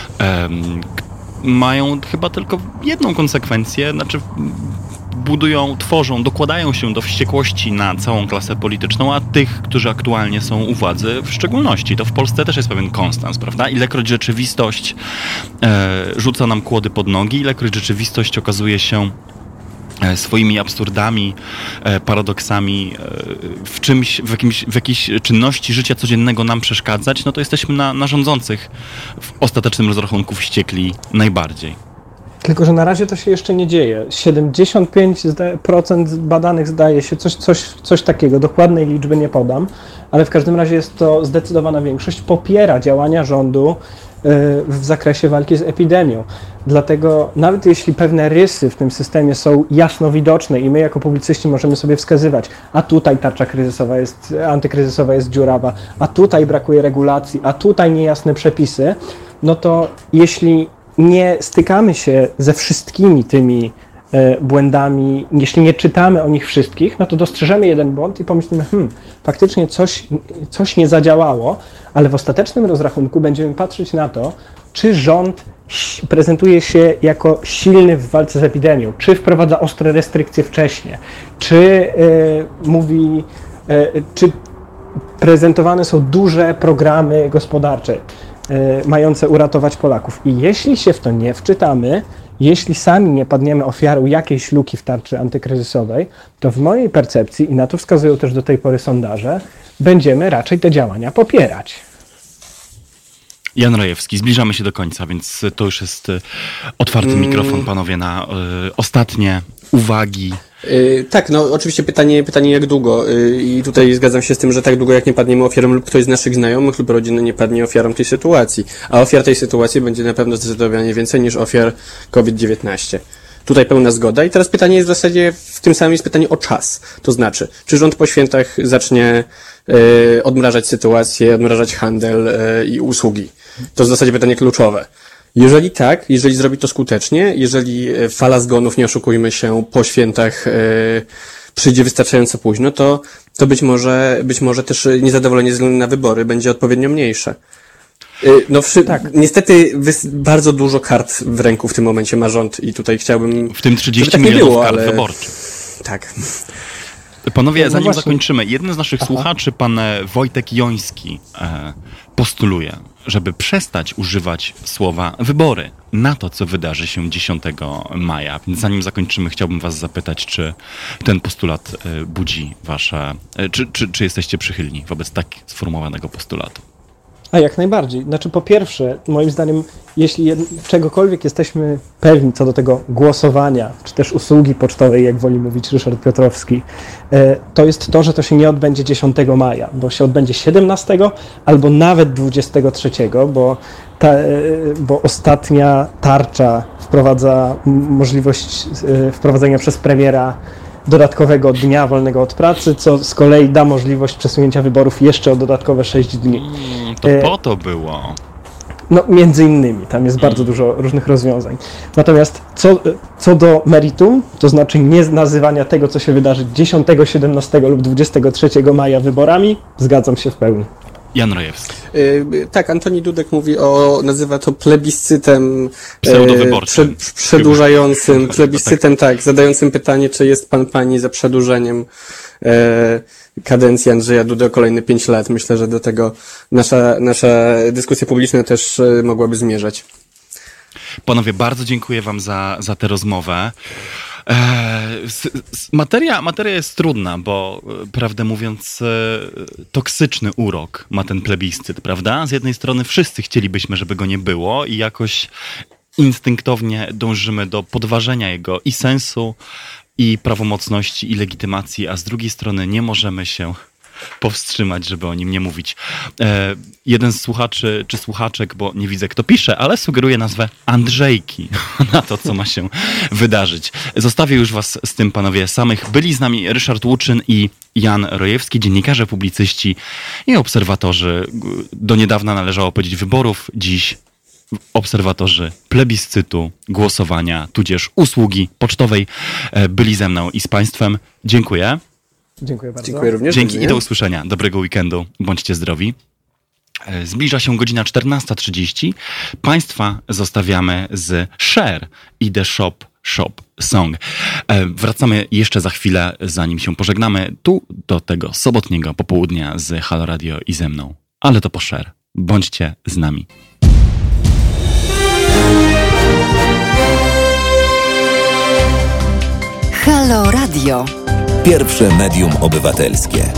mają chyba tylko jedną konsekwencję, znaczy dokładają się do wściekłości na całą klasę polityczną, a tych, którzy aktualnie są u władzy w szczególności. To w Polsce też jest pewien konstans, prawda? Ilekroć rzeczywistość rzuca nam kłody pod nogi, ilekroć rzeczywistość okazuje się swoimi absurdami, paradoksami w jakiejś czynności życia codziennego nam przeszkadzać, no to jesteśmy na rządzących w ostatecznym rozrachunku wściekli najbardziej. Tylko że na razie to się jeszcze nie dzieje. 75% badanych zdaje się, coś takiego, dokładnej liczby nie podam, ale w każdym razie jest to zdecydowana większość, popiera działania rządu w zakresie walki z epidemią. Dlatego nawet jeśli pewne rysy w tym systemie są jasno widoczne i my jako publicyści możemy sobie wskazywać, a tutaj tarcza antykryzysowa jest dziurawa, a tutaj brakuje regulacji, a tutaj niejasne przepisy, no to jeśli nie stykamy się ze wszystkimi tymi błędami, jeśli nie czytamy o nich wszystkich, no to dostrzeżemy jeden błąd i pomyślimy, faktycznie coś nie zadziałało, ale w ostatecznym rozrachunku będziemy patrzeć na to, czy rząd prezentuje się jako silny w walce z epidemią, czy wprowadza ostre restrykcje wcześnie, czy czy prezentowane są duże programy gospodarcze mające uratować Polaków. I jeśli się w to nie wczytamy, jeśli sami nie padniemy ofiarą jakiejś luki w tarczy antykryzysowej, to w mojej percepcji, i na to wskazują też do tej pory sondaże, będziemy raczej te działania popierać. Jan Rojewski, zbliżamy się do końca, więc to już jest otwarty mikrofon, panowie, na ostatnie uwagi. Tak, no oczywiście pytanie jak długo i tutaj zgadzam się z tym, że tak długo jak nie padniemy ofiarą lub ktoś z naszych znajomych lub rodziny nie padnie ofiarą tej sytuacji, a ofiar tej sytuacji będzie na pewno zdecydowanie więcej niż ofiar COVID-19. Tutaj pełna zgoda i teraz pytanie jest w zasadzie w tym samym jest pytanie o czas, to znaczy, czy rząd po świętach zacznie odmrażać sytuację, odmrażać handel i usługi. To jest w zasadzie pytanie kluczowe. Jeżeli tak, jeżeli zrobi to skutecznie, jeżeli fala zgonów, nie oszukujmy się, po świętach przyjdzie wystarczająco późno, to być może też niezadowolenie ze względu na wybory będzie odpowiednio mniejsze. No tak. Niestety bardzo dużo kart w ręku w tym momencie ma rząd i tutaj chciałbym... W tym 30 milionów kart wyborczych. Tak. Panowie, zanim zakończymy, jeden z naszych słuchaczy, pan Wojtek Joński, postuluje, żeby przestać używać słowa wybory na to, co wydarzy się 10 maja. Więc zanim zakończymy, chciałbym was zapytać, czy ten postulat budzi wasze... Czy jesteście przychylni wobec tak sformułowanego postulatu? A jak najbardziej. Znaczy po pierwsze, moim zdaniem, jeśli czegokolwiek jesteśmy pewni co do tego głosowania, czy też usługi pocztowej, jak woli mówić Ryszard Piotrowski, to jest to, że to się nie odbędzie 10 maja, bo się odbędzie 17 albo nawet 23, bo ostatnia tarcza wprowadza możliwość wprowadzenia przez premiera dodatkowego dnia wolnego od pracy, co z kolei da możliwość przesunięcia wyborów jeszcze o dodatkowe 6 dni. To po to było. No, między innymi, tam jest bardzo dużo różnych rozwiązań. Natomiast co do meritum, to znaczy nie nazywania tego, co się wydarzy 10, 17 lub 23 maja wyborami, zgadzam się w pełni. Jan Rojewski. Tak, Antoni Dudek nazywa to plebiscytem pseudowyborczym. Przedłużającym, plebiscytem, tak, zadającym pytanie, czy jest pan, pani za przedłużeniem kadencji Andrzeja Dudy o kolejne 5 lat. Myślę, że do tego nasza dyskusja publiczna też mogłaby zmierzać. Panowie, bardzo dziękuję wam za tę rozmowę. Materia jest trudna, bo prawdę mówiąc toksyczny urok ma ten plebiscyt, prawda? Z jednej strony wszyscy chcielibyśmy, żeby go nie było i jakoś instynktownie dążymy do podważenia jego i sensu, i prawomocności, i legitymacji, a z drugiej strony nie możemy się powstrzymać, żeby o nim nie mówić. Jeden z słuchaczy czy słuchaczek, bo nie widzę kto pisze, ale sugeruje nazwę Andrzejki na to, co ma się wydarzyć. Zostawię już was z tym, panowie, samych. Byli z nami Ryszard Łuczyn i Jan Rojewski, dziennikarze, publicyści i obserwatorzy. Do niedawna należało powiedzieć wyborów, dziś obserwatorzy plebiscytu, głosowania, tudzież usługi pocztowej. Byli ze mną i z państwem. Dziękuję. Dziękuję bardzo. Dziękuję również. Dzięki i do usłyszenia. Dobrego weekendu. Bądźcie zdrowi. Zbliża się godzina 14:30. Państwa zostawiamy z Cher i The Shop Song. Wracamy jeszcze za chwilę, zanim się pożegnamy, tu do tego sobotniego popołudnia z Halo Radio i ze mną. Ale to po Cher. Bądźcie z nami. Halo Radio. Pierwsze medium obywatelskie.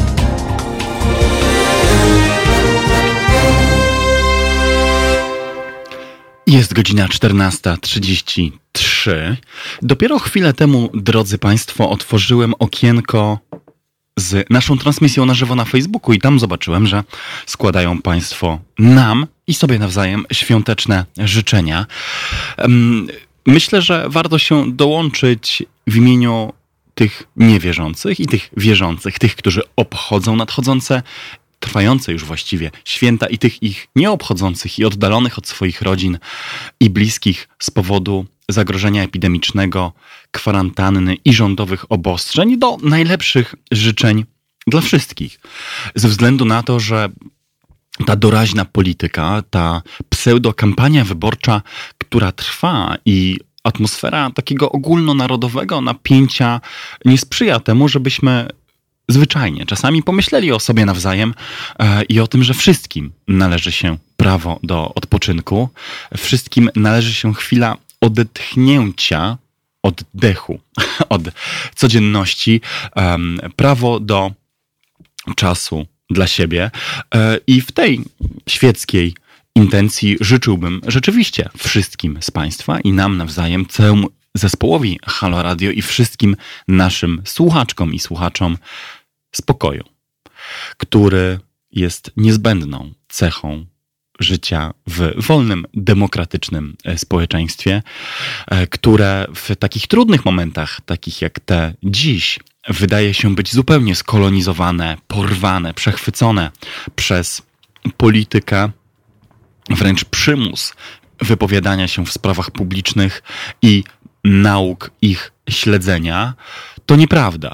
Jest godzina 14:33. Dopiero chwilę temu, drodzy państwo, otworzyłem okienko z naszą transmisją na żywo na Facebooku i tam zobaczyłem, że składają państwo nam i sobie nawzajem świąteczne życzenia. Myślę, że warto się dołączyć w imieniu tych niewierzących i tych wierzących, tych, którzy obchodzą nadchodzące, trwające już właściwie święta i tych ich nieobchodzących i oddalonych od swoich rodzin i bliskich z powodu zagrożenia epidemicznego, kwarantanny i rządowych obostrzeń do najlepszych życzeń dla wszystkich. Ze względu na to, że ta doraźna polityka, ta pseudokampania wyborcza, która trwa i atmosfera takiego ogólnonarodowego napięcia nie sprzyja temu, żebyśmy zwyczajnie czasami pomyśleli o sobie nawzajem i o tym, że wszystkim należy się prawo do odpoczynku, wszystkim należy się chwila odetchnięcia, oddechu, od codzienności, prawo do czasu dla siebie i w tej świeckiej intencji życzyłbym rzeczywiście wszystkim z Państwa i nam nawzajem, całemu zespołowi Halo Radio i wszystkim naszym słuchaczkom i słuchaczom spokoju, który jest niezbędną cechą życia w wolnym, demokratycznym społeczeństwie, które w takich trudnych momentach, takich jak te dziś, wydaje się być zupełnie skolonizowane, porwane, przechwycone przez politykę, wręcz przymus wypowiadania się w sprawach publicznych i nauk ich śledzenia. To nieprawda.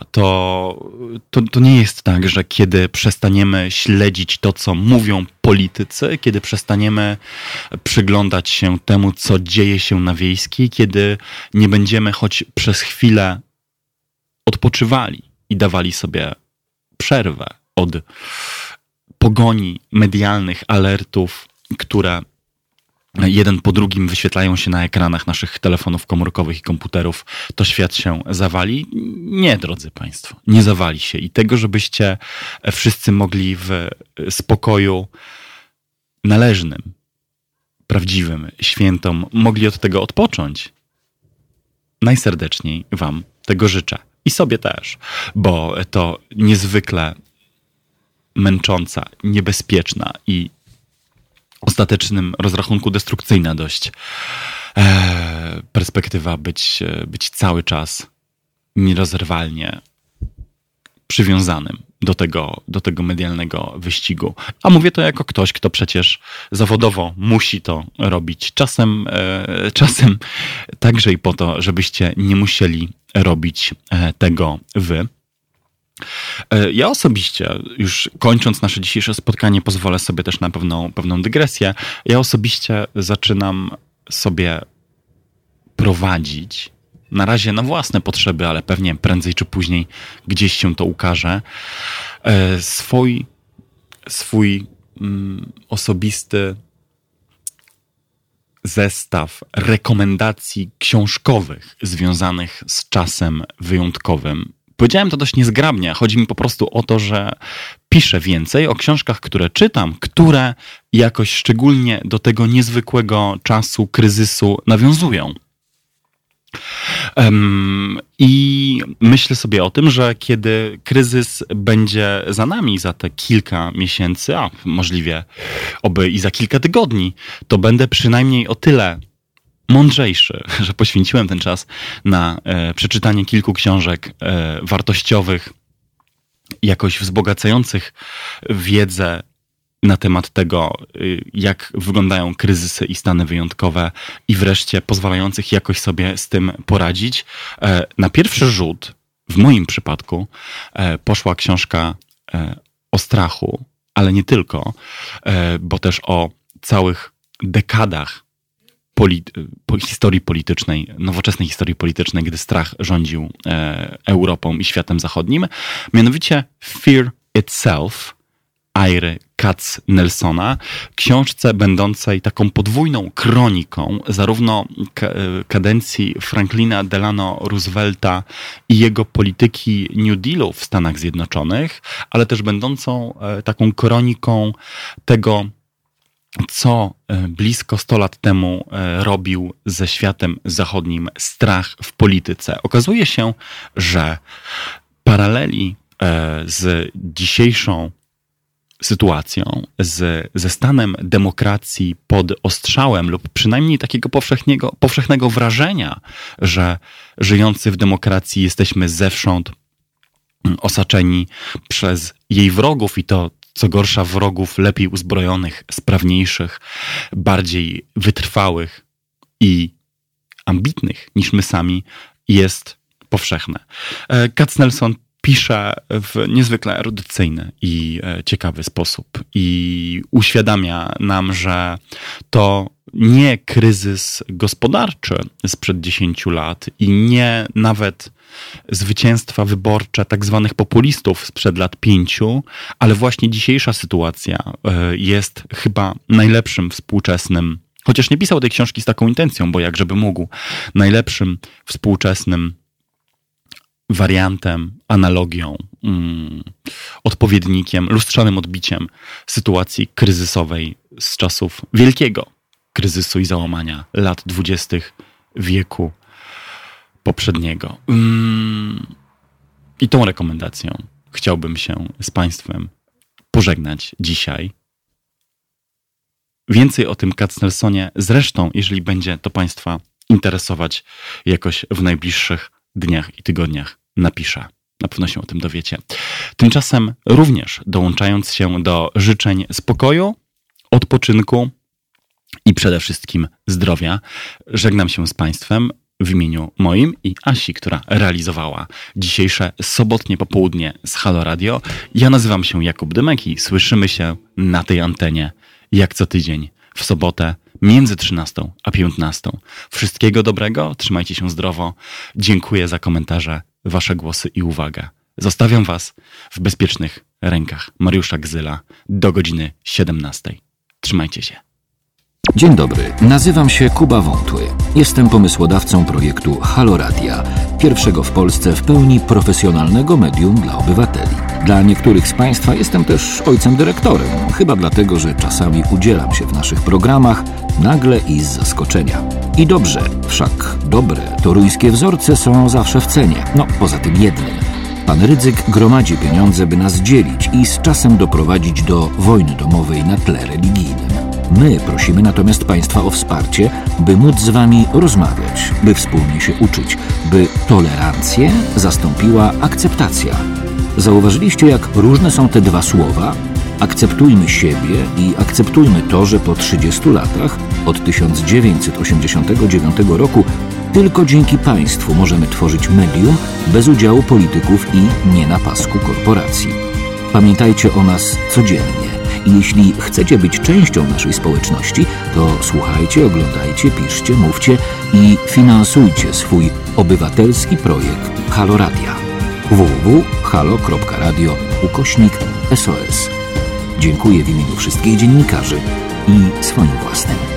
To nie jest tak, że kiedy przestaniemy śledzić to, co mówią politycy, kiedy przestaniemy przyglądać się temu, co dzieje się na Wiejskiej, kiedy nie będziemy choć przez chwilę odpoczywali i dawali sobie przerwę od pogoni medialnych alertów, które jeden po drugim wyświetlają się na ekranach naszych telefonów komórkowych i komputerów, to świat się zawali? Nie, drodzy Państwo, nie zawali się. I tego, żebyście wszyscy mogli w spokoju należnym, prawdziwym, świętom, mogli od tego odpocząć, najserdeczniej Wam tego życzę. I sobie też, bo to niezwykle męcząca, niebezpieczna i w ostatecznym rozrachunku destrukcyjna dość perspektywa być cały czas nierozerwalnie przywiązanym do tego medialnego wyścigu. A mówię to jako ktoś, kto przecież zawodowo musi to robić. Czasem także i po to, żebyście nie musieli robić tego wy. Ja osobiście, już kończąc nasze dzisiejsze spotkanie, pozwolę sobie też na pewną dygresję. Ja osobiście zaczynam sobie prowadzić, na razie na własne potrzeby, ale pewnie prędzej czy później gdzieś się to ukaże, swój osobisty zestaw rekomendacji książkowych związanych z czasem wyjątkowym. Powiedziałem to dość niezgrabnie. Chodzi mi po prostu o to, że piszę więcej o książkach, które czytam, które jakoś szczególnie do tego niezwykłego czasu kryzysu nawiązują. I myślę sobie o tym, że kiedy kryzys będzie za nami za te kilka miesięcy, a możliwie oby i za kilka tygodni, to będę przynajmniej o tyle mądrzejszy, że poświęciłem ten czas na przeczytanie kilku książek wartościowych, jakoś wzbogacających wiedzę na temat tego, jak wyglądają kryzysy i stany wyjątkowe i wreszcie pozwalających jakoś sobie z tym poradzić. Na pierwszy rzut, w moim przypadku, poszła książka o strachu, ale nie tylko, bo też o całych dekadach historii politycznej, nowoczesnej historii politycznej, gdy strach rządził Europą i światem zachodnim. Mianowicie Fear Itself, Iry Katznelsona, książce będącej taką podwójną kroniką zarówno kadencji Franklina Delano Roosevelta i jego polityki New Dealu w Stanach Zjednoczonych, ale też będącą taką kroniką tego, co blisko 100 lat temu robił ze światem zachodnim strach w polityce. Okazuje się, że paraleli z dzisiejszą sytuacją, ze stanem demokracji pod ostrzałem lub przynajmniej takiego powszechnego wrażenia, że żyjący w demokracji jesteśmy zewsząd osaczeni przez jej wrogów i to, co gorsza, wrogów lepiej uzbrojonych, sprawniejszych, bardziej wytrwałych i ambitnych niż my sami, jest powszechne. Katznelson pisze w niezwykle erudycyjny i ciekawy sposób i uświadamia nam, że to nie kryzys gospodarczy sprzed 10 lat i nie nawet zwycięstwa wyborcze tak zwanych populistów sprzed lat 5, ale właśnie dzisiejsza sytuacja jest chyba najlepszym współczesnym, chociaż nie pisał tej książki z taką intencją, bo jakżeby mógł, najlepszym współczesnym wariantem, analogią odpowiednikiem, lustrzanym odbiciem sytuacji kryzysowej z czasów wielkiego kryzysu i załamania lat 20. wieku poprzedniego. I tą rekomendacją chciałbym się z Państwem pożegnać dzisiaj. Więcej o tym Katznelsonie zresztą, jeżeli będzie to Państwa interesować, jakoś w najbliższych dniach i tygodniach napiszę. Na pewno się o tym dowiecie. Tymczasem również dołączając się do życzeń spokoju, odpoczynku i przede wszystkim zdrowia, żegnam się z Państwem w imieniu moim i Asi, która realizowała dzisiejsze sobotnie popołudnie z Halo Radio. Ja nazywam się Jakub Dymek i słyszymy się na tej antenie jak co tydzień w sobotę między 13 a 15. Wszystkiego dobrego, trzymajcie się zdrowo. Dziękuję za komentarze, Wasze głosy i uwagę. Zostawiam Was w bezpiecznych rękach Mariusza Gzyla do godziny 17. Trzymajcie się. Dzień dobry, nazywam się Kuba Wątły. Jestem pomysłodawcą projektu Halo Radia, pierwszego w Polsce w pełni profesjonalnego medium dla obywateli. Dla niektórych z Państwa jestem też ojcem dyrektorem, chyba dlatego, że czasami udzielam się w naszych programach nagle i z zaskoczenia. I dobrze, wszak dobre toruńskie wzorce są zawsze w cenie, poza tym jednym. Pan Rydzyk gromadzi pieniądze, by nas dzielić i z czasem doprowadzić do wojny domowej na tle religijnym. My prosimy natomiast Państwa o wsparcie, by móc z Wami rozmawiać, by wspólnie się uczyć, by tolerancję zastąpiła akceptacja. Zauważyliście, jak różne są te dwa słowa? Akceptujmy siebie i akceptujmy to, że po 30 latach, od 1989 roku, tylko dzięki państwu możemy tworzyć medium bez udziału polityków i nie na pasku korporacji. Pamiętajcie o nas codziennie. I jeśli chcecie być częścią naszej społeczności, to słuchajcie, oglądajcie, piszcie, mówcie i finansujcie swój obywatelski projekt Halo Radia. www.halo.radio/SOS. Dziękuję w imieniu wszystkich dziennikarzy i swoim własnym.